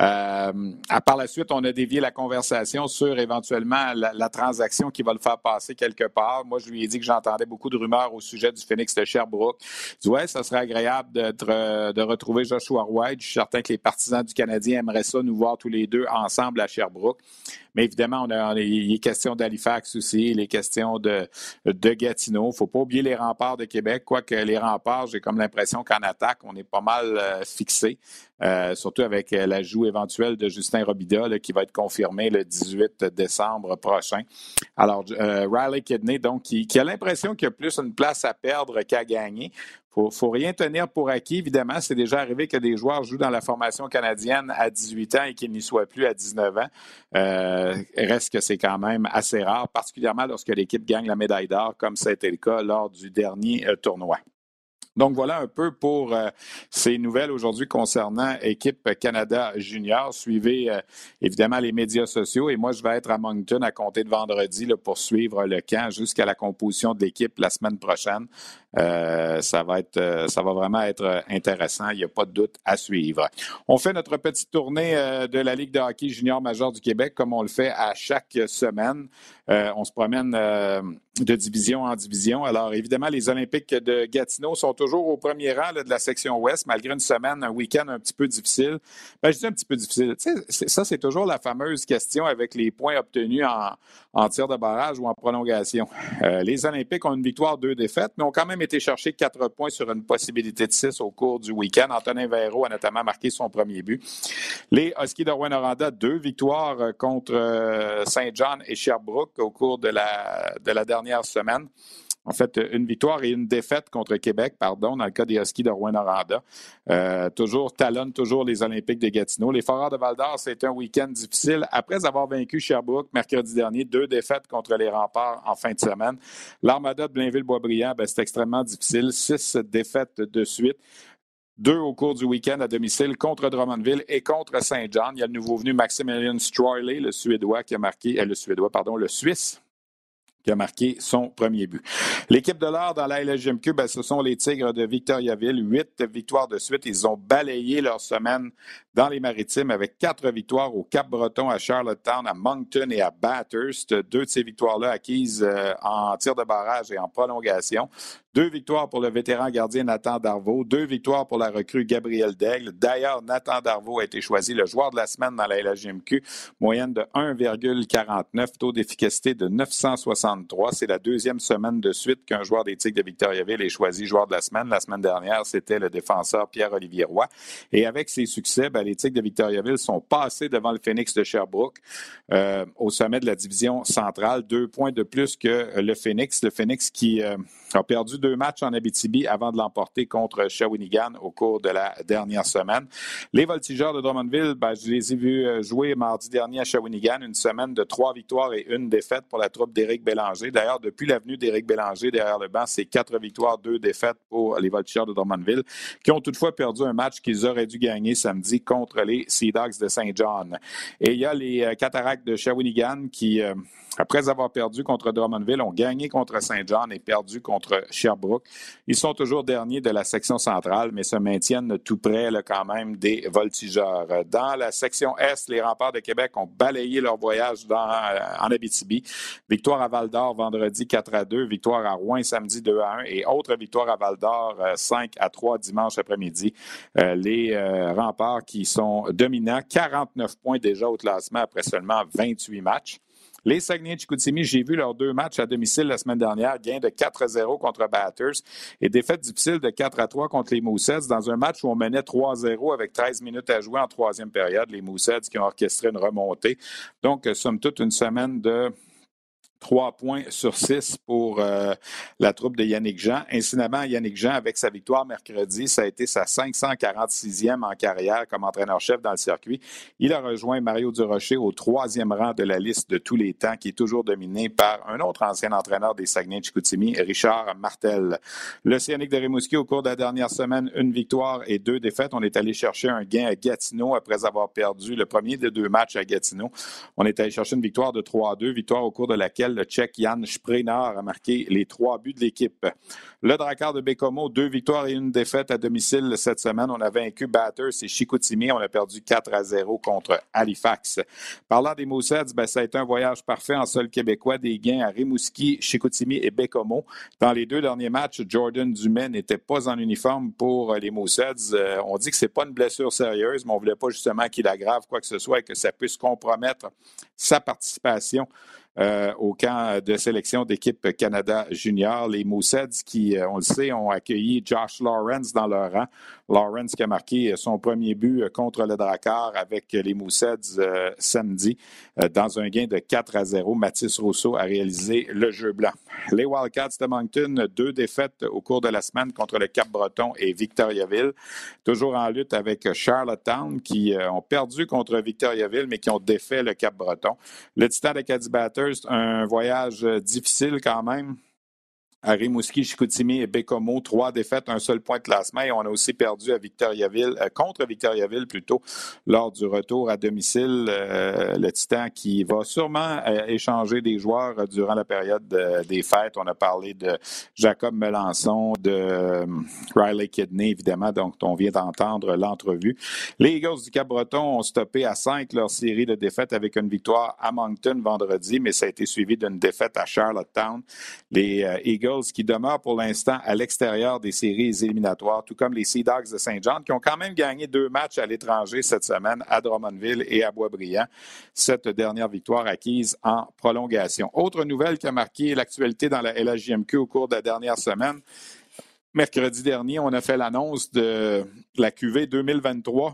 Euh, à par la suite, on a dévié la conversation sur éventuellement la, la transaction qui va le faire passer quelque part. Moi, je lui ai dit que j'entendais beaucoup de rumeurs au sujet du Phoenix de Sherbrooke. Je dis, ouais, ça serait agréable d'être, euh, de retrouver Joshua White. Je suis certain que les partisans du Canadien aimeraient ça, nous voir tous les deux ensemble à Sherbrooke. Mais évidemment, on a, il est question d'Halifax aussi, il est question de, de Gatineau. Il ne faut pas oublier les remparts de Québec, quoique les remparts, j'ai comme l'impression qu'en attaque, on est pas mal euh, fixé, euh, surtout avec euh, l'ajout éventuel de Justin Robida, là, qui va être confirmé le dix-huit décembre prochain. Alors, euh, Riley Kidney, donc, qui, qui a l'impression qu'il y a plus une place à perdre qu'à gagner. Il ne faut rien tenir pour acquis. Évidemment, c'est déjà arrivé que des joueurs jouent dans la formation canadienne à dix-huit ans et qu'ils n'y soient plus à dix-neuf ans. Euh, reste que c'est quand même assez rare, particulièrement lorsque l'équipe gagne la médaille d'or, comme ça a été le cas lors du dernier euh, tournoi. Donc, voilà un peu pour euh, ces nouvelles aujourd'hui concernant Équipe Canada Junior. Suivez euh, évidemment les médias sociaux et moi, je vais être à Moncton à compter de vendredi là, pour suivre le camp jusqu'à la composition de l'équipe la semaine prochaine. Euh, ça va être, euh, ça va vraiment être intéressant. Il n'y a pas de doute à suivre. On fait notre petite tournée euh, de la Ligue de hockey junior majeur du Québec comme on le fait à chaque semaine. Euh, on se promène euh, de division en division. Alors, évidemment, les Olympiques de Gatineau sont toujours au premier rang là, de la section ouest, malgré une semaine, un week-end un petit peu difficile. Ben, je dis un petit peu difficile. Tu sais, c'est, ça, c'est toujours la fameuse question avec les points obtenus en, en tir de barrage ou en prolongation. Euh, les Olympiques ont une victoire, deux défaites, mais ont quand même été chercher quatre points sur une possibilité de six au cours du week-end. Antonin Véro a notamment marqué son premier but. Les Huskies de Rouyn-Noranda, deux victoires contre Saint-John et Sherbrooke au cours de la, de la dernière semaine. En fait, une victoire et une défaite contre Québec, pardon, dans le cas des Huskies de Rouyn-Noranda. Euh, toujours talonnent toujours les Olympiques de Gatineau. Les Foreurs de Val-d'Or, c'était un week-end difficile. Après avoir vaincu Sherbrooke mercredi dernier, deux défaites contre les Remparts en fin de semaine. L'Armada de Blainville-Boisbriand, ben, c'est extrêmement difficile. Six défaites de suite. Deux au cours du week-end à domicile contre Drummondville et contre Saint-John. Il y a le nouveau venu Maximilian Stroiley, le Suédois qui a marqué, euh, le Suédois, pardon, le Suisse, qui a marqué son premier but. L'équipe de l'or dans la L H J M Q, ben, ce sont les Tigres de Victoriaville. Huit victoires de suite. Ils ont balayé leur semaine dans les Maritimes avec quatre victoires au Cap-Breton, à Charlottetown, à Moncton et à Bathurst. Deux de ces victoires-là acquises euh, en tir de barrage et en prolongation. Deux victoires pour le vétéran gardien Nathan Darvaux. Deux victoires pour la recrue Gabriel Daigle. D'ailleurs, Nathan Darvaux a été choisi le joueur de la semaine dans la L H J M Q. Moyenne de un virgule quarante-neuf, taux d'efficacité de neuf cent soixante-trois. C'est la deuxième semaine de suite qu'un joueur des Tigres de Victoriaville est choisi joueur de la semaine. La semaine dernière, c'était le défenseur Pierre-Olivier Roy. Et avec ses succès, ben, les Tigres de Victoriaville sont passés devant le Phoenix de Sherbrooke euh, au sommet de la division centrale. Deux points de plus que le Phoenix. Le Phoenix qui euh, a perdu deux matchs en Abitibi avant de l'emporter contre Shawinigan au cours de la dernière semaine. Les Voltigeurs de Drummondville, ben, je les ai vus jouer mardi dernier à Shawinigan. Une semaine de trois victoires et une défaite pour la troupe d'Éric Bélanger. D'ailleurs, depuis l'avenue d'Éric Bélanger derrière le banc, c'est quatre victoires, deux défaites pour les Voltigeurs de Drummondville, qui ont toutefois perdu un match qu'ils auraient dû gagner samedi contre les Sea Dogs de Saint-John. Et il y a les Cataractes de Shawinigan qui, euh, après avoir perdu contre Drummondville, ont gagné contre Saint-John et perdu contre Sherbrooke. Ils sont toujours derniers de la section centrale, mais se maintiennent tout près là, quand même des Voltigeurs. Dans la section Est, les Remparts de Québec ont balayé leur voyage dans, en Abitibi. Victoire à Val-d'Or vendredi quatre à deux, victoire à Rouyn samedi deux à un et autre victoire à Val-d'Or cinq à trois dimanche après-midi. Euh, les euh, Remparts qui sont dominants, quarante-neuf points déjà au classement après seulement vingt-huit matchs. Les Saguenay-Chicoutimi, j'ai vu leurs deux matchs à domicile la semaine dernière, gain de quatre à zéro contre Batters et défaite difficile de quatre à trois contre les Mooseheads dans un match où on menait trois à zéro avec treize minutes à jouer en troisième période. Les Mooseheads qui ont orchestré une remontée. Donc, somme toute, une semaine de trois points sur six pour euh, la troupe de Yannick Jean. Incidemment, Yannick Jean, avec sa victoire mercredi, ça a été sa cinq cent quarante-sixième en carrière comme entraîneur-chef dans le circuit. Il a rejoint Mario Durocher au troisième rang de la liste de tous les temps, qui est toujours dominé par un autre ancien entraîneur des Saguenay-Chicoutimi, Richard Martel. L'Océanique de Rimouski, au cours de la dernière semaine, une victoire et deux défaites. On est allé chercher un gain à Gatineau après avoir perdu le premier des deux matchs à Gatineau. On est allé chercher une victoire de trois à deux, victoire au cours de laquelle le Tchèque Jan Sprener a marqué les trois buts de l'équipe. Le Drakkar de Bécomo, deux victoires et une défaite à domicile cette semaine. On a vaincu Batters et Chicoutimi. On a perdu quatre à zéro contre Halifax. Parlant des Mooseheads, ben, ça a été un voyage parfait en sol québécois. Des gains à Rimouski, Chicoutimi et Bécomo. Dans les deux derniers matchs, Jordan Dumais n'était pas en uniforme pour les Mooseheads. Euh, on dit que c'est pas une blessure sérieuse, mais on ne voulait pas justement qu'il aggrave quoi que ce soit et que ça puisse compromettre sa participation Euh, au camp de sélection d'équipe Canada Junior. Les Mooseheads qui, euh, on le sait, ont accueilli Josh Lawrence dans leur rang. Lawrence qui a marqué son premier but contre le Drakkar avec les Mooseheads euh, samedi euh, dans un gain de quatre à zéro. Mathis Rousseau a réalisé le jeu blanc. Les Wildcats de Moncton, deux défaites au cours de la semaine contre le Cap-Breton et Victoriaville. Toujours en lutte avec Charlottetown qui euh, ont perdu contre Victoriaville mais qui ont défait le Cap-Breton. Le Titan d'Acadie Batters, un voyage difficile quand même. À Rimouski, Chicoutimi et Bécomo, trois défaites, un seul point de classement. Et on a aussi perdu à Victoriaville, euh, contre Victoriaville plutôt, lors du retour à domicile. Euh, le Titan qui va sûrement euh, échanger des joueurs euh, durant la période de, des fêtes. On a parlé de Jacob Melançon, de euh, Riley Kidney, évidemment, donc on vient d'entendre l'entrevue. Les Eagles du Cap-Breton ont stoppé à cinq leur série de défaites avec une victoire à Moncton vendredi, mais ça a été suivi d'une défaite à Charlottetown. Les euh, Eagles qui demeurent pour l'instant à l'extérieur des séries éliminatoires, tout comme les Sea Dogs de Saint-Jean, qui ont quand même gagné deux matchs à l'étranger cette semaine à Drummondville et à Boisbriand. Cette dernière victoire acquise en prolongation. Autre nouvelle qui a marqué l'actualité dans la L H J M Q au cours de la dernière semaine. Mercredi dernier, on a fait l'annonce de la Q V deux mille vingt-trois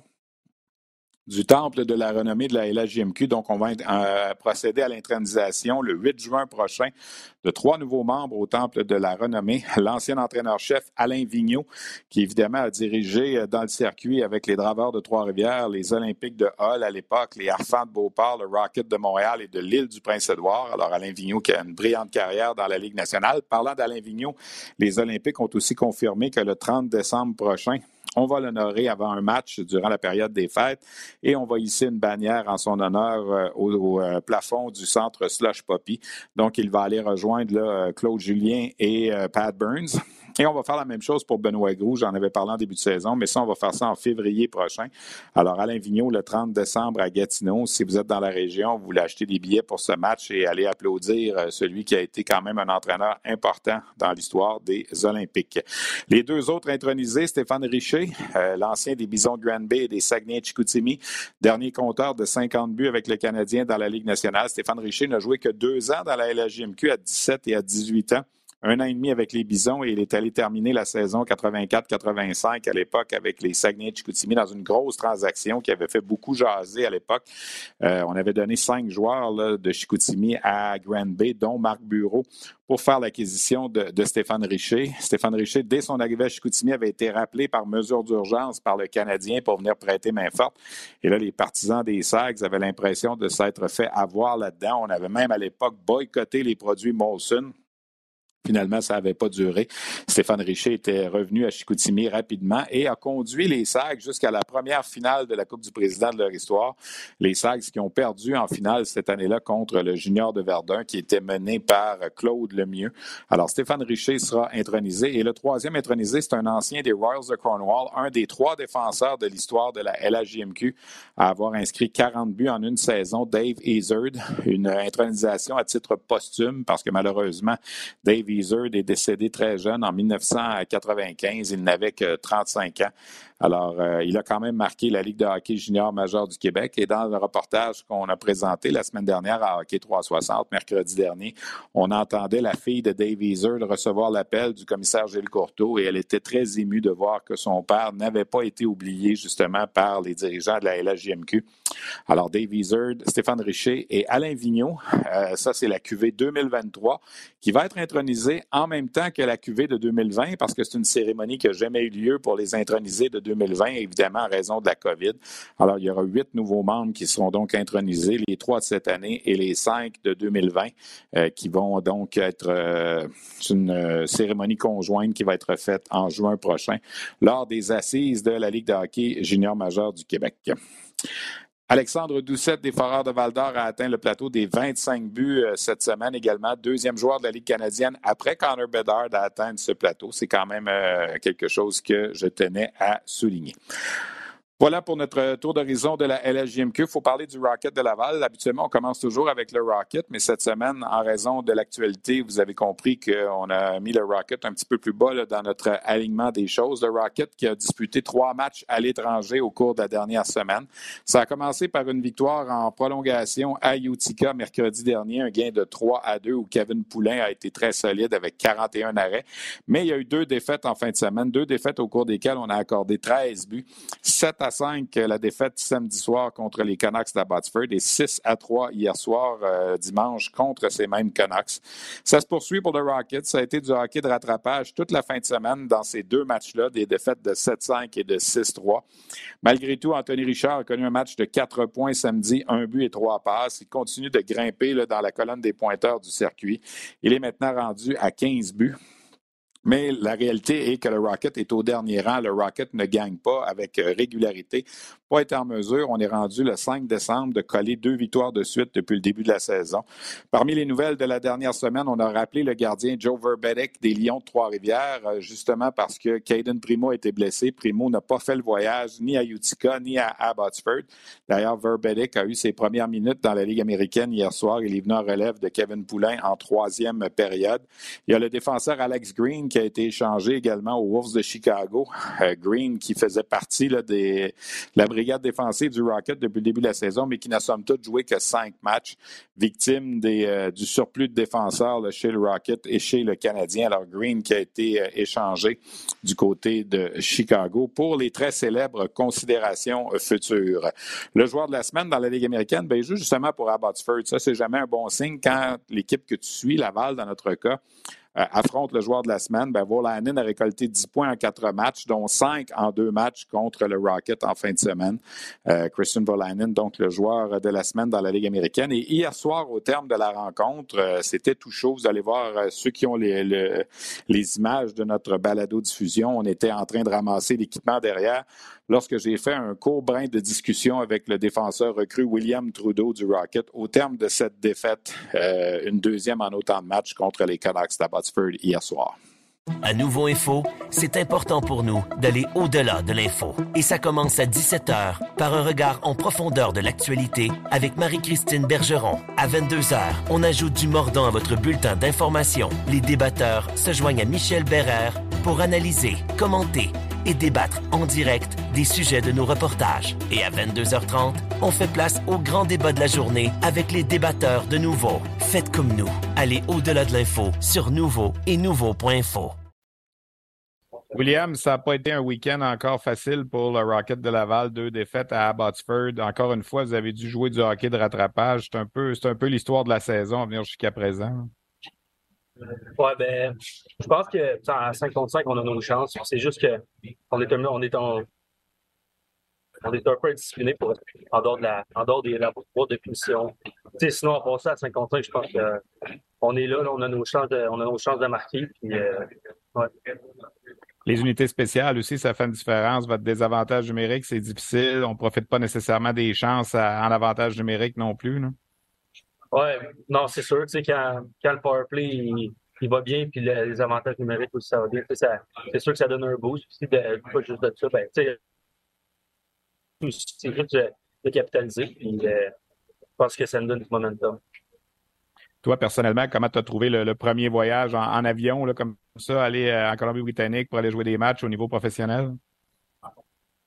du Temple de la renommée de la L H J M Q. Donc, on va euh, procéder à l'intronisation le huit juin prochain de trois nouveaux membres au Temple de la renommée. L'ancien entraîneur-chef Alain Vigneault, qui évidemment a dirigé dans le circuit avec les Draveurs de Trois-Rivières, les Olympiques de Hull à l'époque, les Harfans de Beauport, le Rocket de Montréal et de l'île du Prince-Édouard. Alors, Alain Vigneault qui a une brillante carrière dans la Ligue nationale. Parlant d'Alain Vigneault, les Olympiques ont aussi confirmé que le trente décembre prochain, on va l'honorer avant un match durant la période des fêtes et on va hisser une bannière en son honneur euh, au, au euh, plafond du centre Slush Poppy. Donc, il va aller rejoindre là, Claude Julien et euh, Pat Burns. Et on va faire la même chose pour Benoît Groux. J'en avais parlé en début de saison, mais ça, on va faire ça en février prochain. Alors, Alain Vigneault, le trente décembre à Gatineau. Si vous êtes dans la région, vous voulez acheter des billets pour ce match et aller applaudir celui qui a été quand même un entraîneur important dans l'histoire des Olympiques. Les deux autres intronisés, Stéphane Richer, euh, l'ancien des Bisons de Granby et des Saguenay-Chicoutimi, dernier compteur de cinquante buts avec le Canadien dans la Ligue nationale. Stéphane Richer n'a joué que deux ans dans la L H J M Q à dix-sept et à dix-huit ans. Un an et demi avec les Bisons et il est allé terminer la saison quatre-vingt-quatre quatre-vingt-cinq à l'époque avec les Saguenay-Chicoutimi dans une grosse transaction qui avait fait beaucoup jaser à l'époque. Euh, on avait donné cinq joueurs là, de Chicoutimi à Granby, dont Marc Bureau, pour faire l'acquisition de, de Stéphane Richer. Stéphane Richer, dès son arrivée à Chicoutimi, avait été rappelé par mesure d'urgence par le Canadien pour venir prêter main forte. Et là, les partisans des Sags avaient l'impression de s'être fait avoir là-dedans. On avait même à l'époque boycotté les produits Molson. Finalement, ça n'avait pas duré. Stéphane Richer était revenu à Chicoutimi rapidement et a conduit les Sags jusqu'à la première finale de la Coupe du Président de leur histoire. Les Sags qui ont perdu en finale cette année-là contre le Junior de Verdun qui était mené par Claude Lemieux. Alors, Stéphane Richer sera intronisé. Et le troisième intronisé, c'est un ancien des Royals de Cornwall, un des trois défenseurs de l'histoire de la L H J M Q à avoir inscrit quarante buts en une saison, Dave Hazard. Une intronisation à titre posthume parce que malheureusement, Dave Hazard est décédé très jeune en dix-neuf cent quatre-vingt-quinze. Il n'avait que trente-cinq ans. Alors, euh, il a quand même marqué la Ligue de hockey junior majeur du Québec. Et dans le reportage qu'on a présenté la semaine dernière à Hockey trois cent soixante, mercredi dernier, on entendait la fille de Dave Easer de recevoir l'appel du commissaire Gilles Courteau et elle était très émue de voir que son père n'avait pas été oublié justement par les dirigeants de la L H J M Q. Alors, Dave Easer, Stéphane Richer et Alain Vigneault, euh, ça c'est la cuvée deux mille vingt-trois qui va être intronisée en même temps que la cuvée de deux mille vingt parce que c'est une cérémonie qui n'a jamais eu lieu pour les intronisés de deux mille vingt, évidemment en raison de la COVID. Alors, il y aura huit nouveaux membres qui seront donc intronisés, les trois de cette année et les cinq de deux mille vingt euh, qui vont donc être euh, une euh, cérémonie conjointe qui va être faite en juin prochain lors des assises de la Ligue de hockey junior majeur du Québec. Alexandre Doucette des Foreurs de Val-d'Or a atteint le plateau des vingt-cinq buts euh, cette semaine également. Deuxième joueur de la Ligue canadienne après Connor Bedard à atteindre ce plateau. C'est quand même euh, quelque chose que je tenais à souligner. Voilà pour notre tour d'horizon de la L H J M Q. Il faut parler du Rocket de Laval. Habituellement, on commence toujours avec le Rocket, mais cette semaine, en raison de l'actualité, vous avez compris qu'on a mis le Rocket un petit peu plus bas là, dans notre alignement des choses. Le Rocket qui a disputé trois matchs à l'étranger au cours de la dernière semaine. Ça a commencé par une victoire en prolongation à Utica mercredi dernier, un gain de trois à deux où Kevin Poulin a été très solide avec quarante et un arrêts. Mais il y a eu deux défaites en fin de semaine, deux défaites au cours desquelles on a accordé treize buts, sept à cinq la défaite samedi soir contre les Canucks d'Abbotsford et six à trois hier soir, euh, dimanche, contre ces mêmes Canucks. Ça se poursuit pour le Rocket. Ça a été du hockey de rattrapage toute la fin de semaine dans ces deux matchs-là, des défaites de sept cinq et de six trois. Malgré tout, Anthony Richard a connu un match de quatre points samedi, un but et trois passes. Il continue de grimper là, dans la colonne des pointeurs du circuit. Il est maintenant rendu à quinze buts. Mais la réalité est que le Rocket est au dernier rang. Le Rocket ne gagne pas avec régularité. Pas été en mesure, on est rendu le cinq décembre de coller deux victoires de suite depuis le début de la saison. Parmi les nouvelles de la dernière semaine, on a rappelé le gardien Joe Verbedek des Lions de Trois-Rivières, justement parce que Caden Primo a été blessé. Primo n'a pas fait le voyage ni à Utica ni à Abbotsford. D'ailleurs, Verbedek a eu ses premières minutes dans la Ligue américaine hier soir. Il est venu en relève de Kevin Poulin en troisième période. Il y a le défenseur Alex Green qui a été échangé également aux Wolves de Chicago. Euh, Green qui faisait partie là, des, de la brigade défensive du Rocket depuis le début de la saison, mais qui n'a somme toute joué que cinq matchs, victime des, euh, du surplus de défenseurs là, chez le Rocket et chez le Canadien. Alors Green qui a été euh, échangé du côté de Chicago pour les très célèbres considérations euh, futures. Le joueur de la semaine dans la Ligue américaine, ben, il joue justement pour Abbotsford. Ça, c'est jamais un bon signe quand l'équipe que tu suis, Laval dans notre cas, Euh, affronte le joueur de la semaine. Ben, Volanen a récolté dix points en quatre matchs, dont cinq en deux matchs contre le Rocket en fin de semaine. Euh, Christian Volanen, donc le joueur de la semaine dans la Ligue américaine. Et hier soir, au terme de la rencontre, euh, c'était tout chaud. Vous allez voir euh, ceux qui ont les, le, les images de notre balado-diffusion. On était en train de ramasser l'équipement derrière lorsque j'ai fait un court brin de discussion avec le défenseur recru William Trudeau du Rocket au terme de cette défaite, euh, une deuxième en autant de matchs contre les Canucks d'Abbotsford hier soir. À Nouveau Info, c'est important pour nous d'aller au-delà de l'info. Et ça commence à dix-sept heures par un regard en profondeur de l'actualité avec Marie-Christine Bergeron. À vingt-deux heures, on ajoute du mordant à votre bulletin d'information. Les débatteurs se joignent à Michel Bérère pour analyser, commenter et débattre en direct des sujets de nos reportages. Et à vingt-deux heures trente, on fait place au grand débat de la journée avec les débatteurs de Nouveau. Faites comme nous. Allez au-delà de l'info sur Nouveau et Nouveau point info. William, ça n'a pas été un week-end encore facile pour le Rocket de Laval. Deux défaites à Abbotsford. Encore une fois, vous avez dû jouer du hockey de rattrapage. C'est un peu, c'est un peu l'histoire de la saison à venir jusqu'à présent. Ouais, ben, je pense que à cinq contre cinq, on a nos chances. C'est juste que on est, on est, en, on est un peu indiscipliné pour, en dehors de la, en dehors des la boîte de punition. Tu sais, sinon, on passe à cinq contre cinq, je pense qu'on est là, là, on a nos chances de, on a nos chances de marquer. Puis, euh, ouais. Les unités spéciales aussi, ça fait une différence. Votre désavantage numérique, c'est difficile. On ne profite pas nécessairement des chances à, en avantage numérique non plus. Là. Ouais, non, c'est sûr. Tu sais, quand, quand le powerplay, il, il va bien, puis le, les avantages numériques aussi, ça va bien. Tu sais, ça, c'est sûr que ça donne un boost. Puis, de, pas juste de ça, ben, tu sais, c'est juste de, de capitaliser. Puis, euh, je pense que ça nous donne du momentum. Toi, personnellement, comment tu as trouvé le, le premier voyage en, en avion, là, comme ça, aller euh, en Colombie-Britannique pour aller jouer des matchs au niveau professionnel?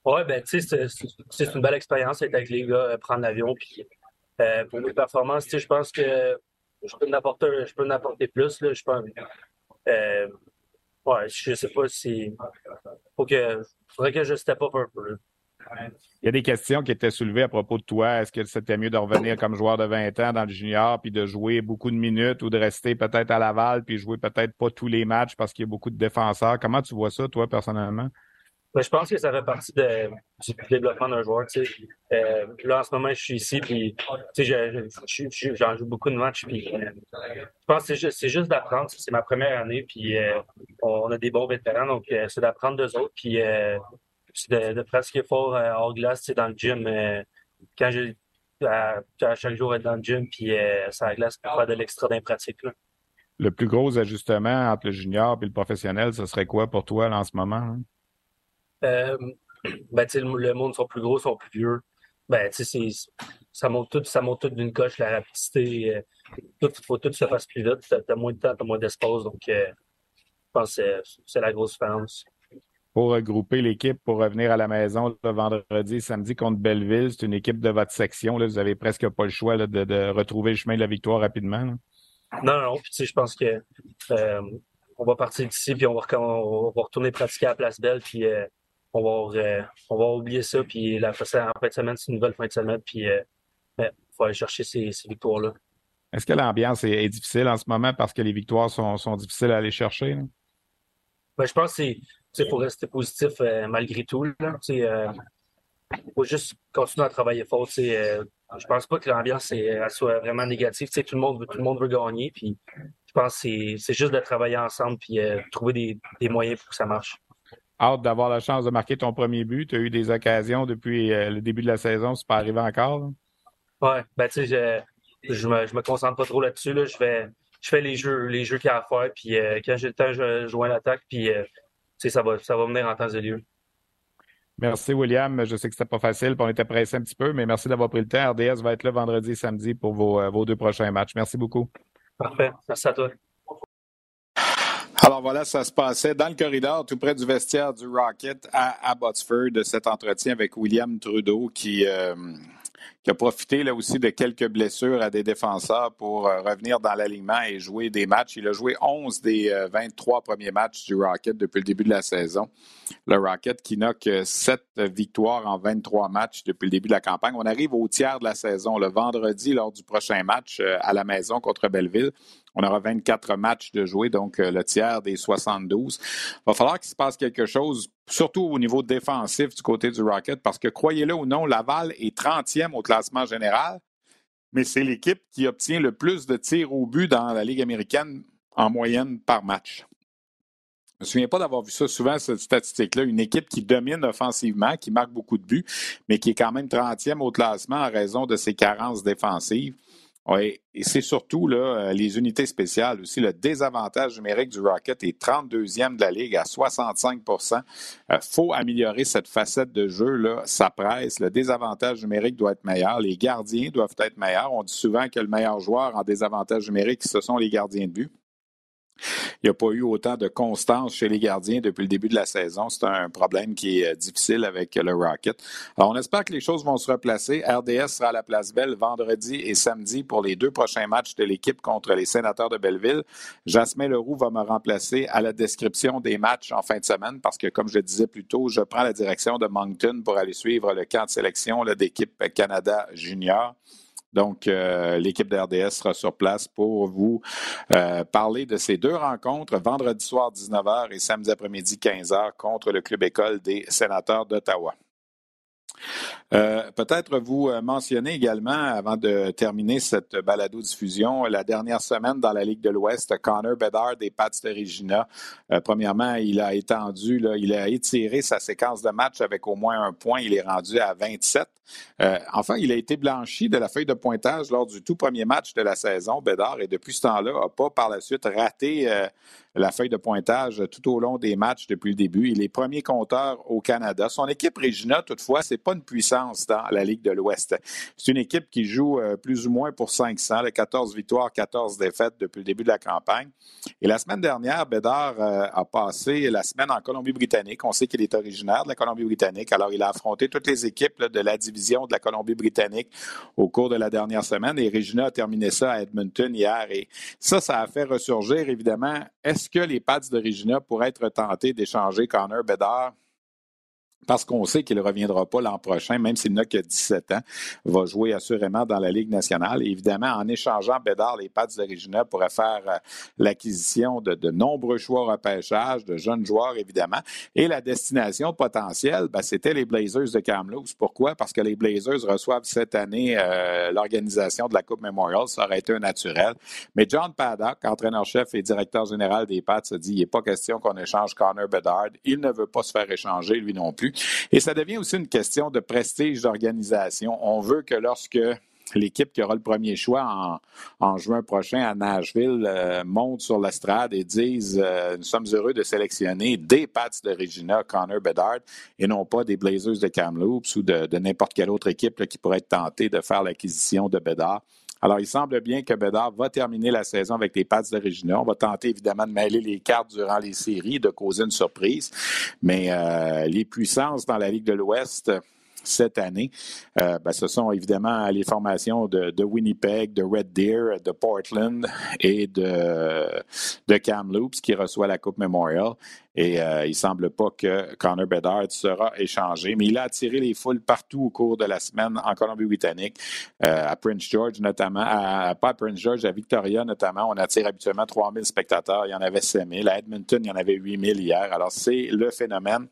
Ouais, ben, tu sais, c'est, c'est c'est une belle expérience d'être avec les gars, euh, prendre l'avion. Puis, euh, pour mes performances, tu sais, je pense que je peux en apporter, je peux en apporter plus, là. Je pense, euh, ouais, je sais pas si, faut que, faudrait que je step up un peu, là. Il y a des questions qui étaient soulevées à propos de toi. Est-ce que c'était mieux de revenir comme joueur de vingt ans dans le junior puis de jouer beaucoup de minutes ou de rester peut-être à Laval puis jouer peut-être pas tous les matchs parce qu'il y a beaucoup de défenseurs? Comment tu vois ça, toi, personnellement? Mais je pense que ça fait partie de, du développement d'un joueur. Tu sais. Euh, là, en ce moment, je suis ici, puis tu sais, je, je, je, j'en joue beaucoup de matchs. Puis, euh, je pense que c'est juste, c'est juste d'apprendre. C'est ma première année, puis euh, on a des bons vétérans, donc euh, c'est d'apprendre d'eux autres, puis euh, c'est de, de pratiquer fort euh, hors glace, tu sais, dans le gym. Euh, quand j'ai à, à chaque jour être dans le gym, puis euh, sur la glace pour faire de l'extra dans les pratiques, là. Le plus gros ajustement entre le junior et le professionnel, ce serait quoi pour toi là, en ce moment? Hein? Euh, ben, tu sais, le, le monde sont plus gros, sont plus vieux. Ben, tu sais, c'est- ça monte tout, ça monte tout d'une coche, la rapidité. Euh, tout, faut tout se fasse plus vite. T'as, t'as moins de temps, t'as moins d'espace. Donc, euh, je pense que c'est, c'est la grosse différence. Pour regrouper l'équipe, pour revenir à la maison le vendredi et samedi contre Belleville, c'est une équipe de votre section. Là, vous avez presque pas le choix là, de, de retrouver le chemin de la victoire rapidement. Là. Non, non, non. Puis, tu sais, je pense que euh, on va partir d'ici, puis on va, recom- on va retourner pratiquer à la Place Belle, puis euh, on va, euh, on va oublier ça, puis la, en fin de semaine, c'est une nouvelle fin de semaine, puis euh, il faut aller chercher ces, ces victoires-là. Est-ce que l'ambiance est, est difficile en ce moment parce que les victoires sont, sont difficiles à aller chercher? Là? Ben, je pense qu'il faut rester positif euh, malgré tout. Il euh, faut juste continuer à travailler fort. Euh, je pense pas que l'ambiance elle soit vraiment négative. T'sais, tout le monde veut, tout le monde veut gagner. Puis je pense que c'est, c'est juste de travailler ensemble puis euh, trouver des, des moyens pour que ça marche. Hâte d'avoir la chance de marquer ton premier but. Tu as eu des occasions depuis euh, le début de la saison, c'est pas arrivé encore. Là. Ouais, ben tu sais, je, je, me, je me concentre pas trop là-dessus. Là. Je fais, je fais les jeux, les jeux qu'il y a à faire. Puis euh, quand j'ai le temps, je joins l'attaque. Puis euh, ça va, ça va venir en temps et lieu. Merci, William. Je sais que c'était pas facile, puis on était pressé un petit peu, mais merci d'avoir pris le temps. R D S va être là vendredi et samedi pour vos, euh, vos deux prochains matchs. Merci beaucoup. Parfait. Merci à toi. Alors voilà, ça se passait dans le corridor, tout près du vestiaire du Rocket à Abbotsford, de cet entretien avec William Trudeau qui, euh, qui a profité là aussi de quelques blessures à des défenseurs pour euh, revenir dans l'alignement et jouer des matchs. Il a joué onze des euh, vingt-trois premiers matchs du Rocket depuis le début de la saison. Le Rocket qui n'a que sept victoires en vingt-trois matchs depuis le début de la campagne. On arrive au tiers de la saison. Le vendredi, lors du prochain match euh, à la maison contre Belleville, on aura vingt-quatre matchs de jouer, donc euh, le tiers des soixante-douze. Il va falloir qu'il se passe quelque chose, surtout au niveau défensif du côté du Rocket, parce que, croyez-le ou non, Laval est trentième au classement général, mais c'est l'équipe qui obtient le plus de tirs au but dans la Ligue américaine en moyenne par match. Je ne me souviens pas d'avoir vu ça souvent, cette statistique-là. Une équipe qui domine offensivement, qui marque beaucoup de buts, mais qui est quand même trentième au classement en raison de ses carences défensives. Oui, et c'est surtout là, les unités spéciales aussi. Le désavantage numérique du Rocket est trente-deuxième de la Ligue à soixante-cinq pour cent. Il euh, faut améliorer cette facette de jeu, là. Ça presse. Le désavantage numérique doit être meilleur. Les gardiens doivent être meilleurs. On dit souvent que le meilleur joueur en désavantage numérique, ce sont les gardiens de but. Il n'y a pas eu autant de constance chez les gardiens depuis le début de la saison. C'est un problème qui est difficile avec le Rocket. Alors, on espère que les choses vont se replacer. R D S sera à la Place Belle vendredi et samedi pour les deux prochains matchs de l'équipe contre les Sénateurs de Belleville. Jasmin Leroux va me remplacer à la description des matchs en fin de semaine parce que, comme je le disais plus tôt, je prends la direction de Moncton pour aller suivre le camp de sélection là, d'équipe Canada Junior. Donc, euh, l'équipe de R D S sera sur place pour vous euh, parler de ces deux rencontres, vendredi soir dix-neuf heures et samedi après-midi quinze heures contre le Club École des Sénateurs d'Ottawa. Euh, peut-être vous mentionner également, avant de terminer cette balado-diffusion, la dernière semaine dans la Ligue de l'Ouest, Connor Bedard des Pats de Regina. Euh, premièrement, il a étendu, là, il a étiré sa séquence de match avec au moins un point. Il est rendu à vingt-sept. Euh, enfin, il a été blanchi de la feuille de pointage lors du tout premier match de la saison, Bedard, et depuis ce temps-là, n'a pas par la suite raté euh, la feuille de pointage tout au long des matchs depuis le début. Il est premier compteur au Canada. Son équipe Regina, toutefois, c'est pas une puissance dans la Ligue de l'Ouest. C'est une équipe qui joue euh, plus ou moins pour cinq cents, là, quatorze victoires, quatorze défaites depuis le début de la campagne. Et la semaine dernière, Bédard euh, a passé la semaine en Colombie-Britannique. On sait qu'il est originaire de la Colombie-Britannique. Alors, il a affronté toutes les équipes là, de la division de la Colombie-Britannique au cours de la dernière semaine. Et Regina a terminé ça à Edmonton hier. Et ça, ça a fait ressurgir, évidemment, est-ce que les Pats de Regina pourraient être tentés d'échanger Connor Bedard? Parce qu'on sait qu'il ne reviendra pas l'an prochain, même s'il n'a que dix-sept ans, va jouer assurément dans la Ligue nationale. Et évidemment, en échangeant Bédard, les Pats de Regina pourraient faire euh, l'acquisition de, de nombreux choix au repêchage, de jeunes joueurs, évidemment. Et la destination potentielle, ben, c'était les Blazers de Kamloops. Pourquoi? Parce que les Blazers reçoivent cette année euh, l'organisation de la Coupe Memorial. Ça aurait été un naturel. Mais John Paddock, entraîneur-chef et directeur général des Pats, a dit il n'est pas question qu'on échange Connor Bedard. Il ne veut pas se faire échanger, lui non plus. Et ça devient aussi une question de prestige d'organisation. On veut que lorsque l'équipe qui aura le premier choix en, en juin prochain à Nashville euh, monte sur l'estrade et dise euh, nous sommes heureux de sélectionner des Pats de Regina, Connor Bedard, et non pas des Blazers de Kamloops ou de, de n'importe quelle autre équipe là, qui pourrait être tentée de faire l'acquisition de Bedard. Alors, il semble bien que Bedard va terminer la saison avec les Pats de Regina. On va tenter évidemment de mêler les cartes durant les séries, de causer une surprise. Mais euh, les puissances dans la Ligue de l'Ouest cette année, euh, ben, ce sont évidemment les formations de, de Winnipeg, de Red Deer, de Portland et de, de Kamloops qui reçoit la Coupe Memorial. Et euh, il ne semble pas que Connor Bedard sera échangé. Mais il a attiré les foules partout au cours de la semaine en Colombie-Britannique, euh, à Prince George notamment, à, pas à Prince George, à Victoria notamment. On attire habituellement trois mille spectateurs. Il y en avait cinq mille. À Edmonton, il y en avait huit mille hier. Alors, c'est le phénomène.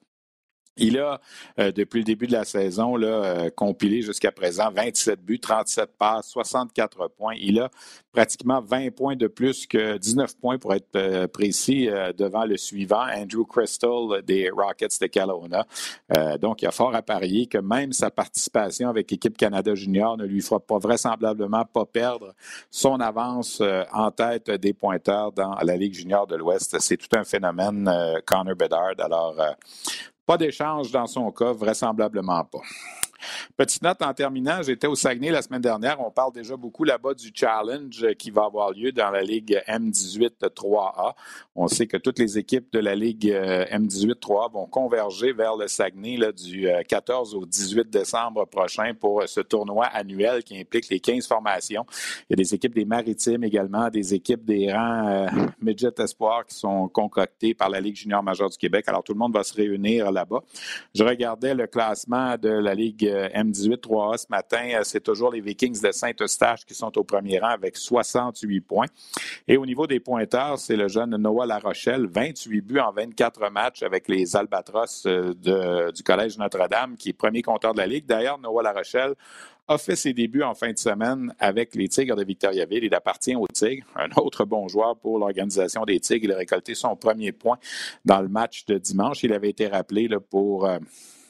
Il a, euh, depuis le début de la saison, là, euh, compilé jusqu'à présent vingt-sept buts, trente-sept passes, soixante-quatre points. Il a pratiquement vingt points de plus que dix-neuf points pour être euh, précis euh, devant le suivant, Andrew Crystal des Rockets de Kelowna. Euh, donc, il y a fort à parier que même sa participation avec l'équipe Canada Junior ne lui fera pas vraisemblablement pas perdre son avance euh, en tête des pointeurs dans la Ligue junior de l'Ouest. C'est tout un phénomène, euh, Connor Bedard. Alors, euh, pas d'échange dans son cas, vraisemblablement pas. Petite note en terminant, j'étais au Saguenay la semaine dernière. On parle déjà beaucoup là-bas du challenge qui va avoir lieu dans la Ligue M dix-huit trois A. On sait que toutes les équipes de la Ligue M dix-huit trois A vont converger vers le Saguenay là, du quatorze au dix-huit décembre prochain pour ce tournoi annuel qui implique les quinze formations. Il y a des équipes des Maritimes également, des équipes des rangs euh, Midget Espoir qui sont concoctées par la Ligue junior majeure du Québec. Alors, tout le monde va se réunir là-bas. Je regardais le classement de la Ligue M dix-huit trois A ce matin, c'est toujours les Vikings de Saint-Eustache qui sont au premier rang avec soixante-huit points. Et au niveau des pointeurs, c'est le jeune Noah Larochelle, vingt-huit buts en vingt-quatre matchs avec les Albatros de, du Collège Notre-Dame, qui est premier compteur de la Ligue. D'ailleurs, Noah Larochelle a fait ses débuts en fin de semaine avec les Tigres de Victoriaville. Il appartient aux Tigres. Un autre bon joueur pour l'organisation des Tigres. Il a récolté son premier point dans le match de dimanche. Il avait été rappelé là, pour... Euh,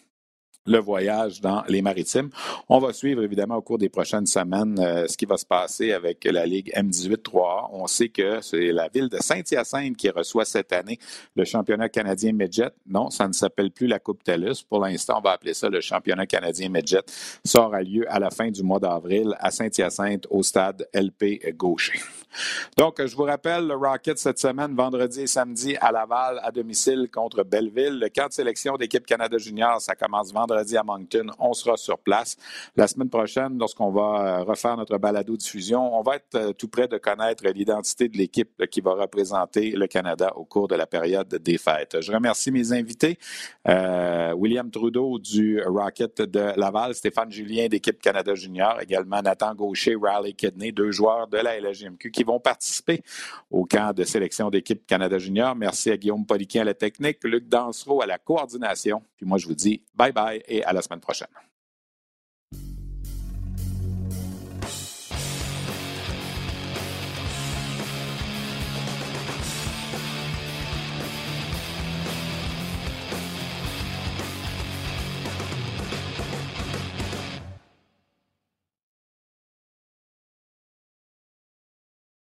le voyage dans les Maritimes. On va suivre évidemment au cours des prochaines semaines euh, ce qui va se passer avec la Ligue M dix-huit trois A. On sait que c'est la ville de Saint-Hyacinthe qui reçoit cette année le championnat canadien Midget. Non, ça ne s'appelle plus la Coupe TELUS. Pour l'instant, on va appeler ça le championnat canadien Midget. Ça aura lieu à la fin du mois d'avril à Saint-Hyacinthe au stade L P Gaucher. Donc, je vous rappelle, le Rocket cette semaine, vendredi et samedi à Laval, à domicile contre Belleville. Le camp de sélection d'équipe Canada Junior, ça commence vendredi à Moncton. On sera sur place. La semaine prochaine, lorsqu'on va refaire notre balado-diffusion, on va être tout près de connaître l'identité de l'équipe qui va représenter le Canada au cours de la période des fêtes. Je remercie mes invités. Euh, William Trudeau du Rocket de Laval, Stéphane Julien d'équipe Canada Junior, également Nathan Gaucher, Riley Kidney, deux joueurs de la L H J M Q qui vont participer au camp de sélection d'équipe Canada Junior. Merci à Guillaume Poliquin à la technique, Luc Dansereau à la coordination. Puis moi, je vous dis bye bye et à la semaine prochaine.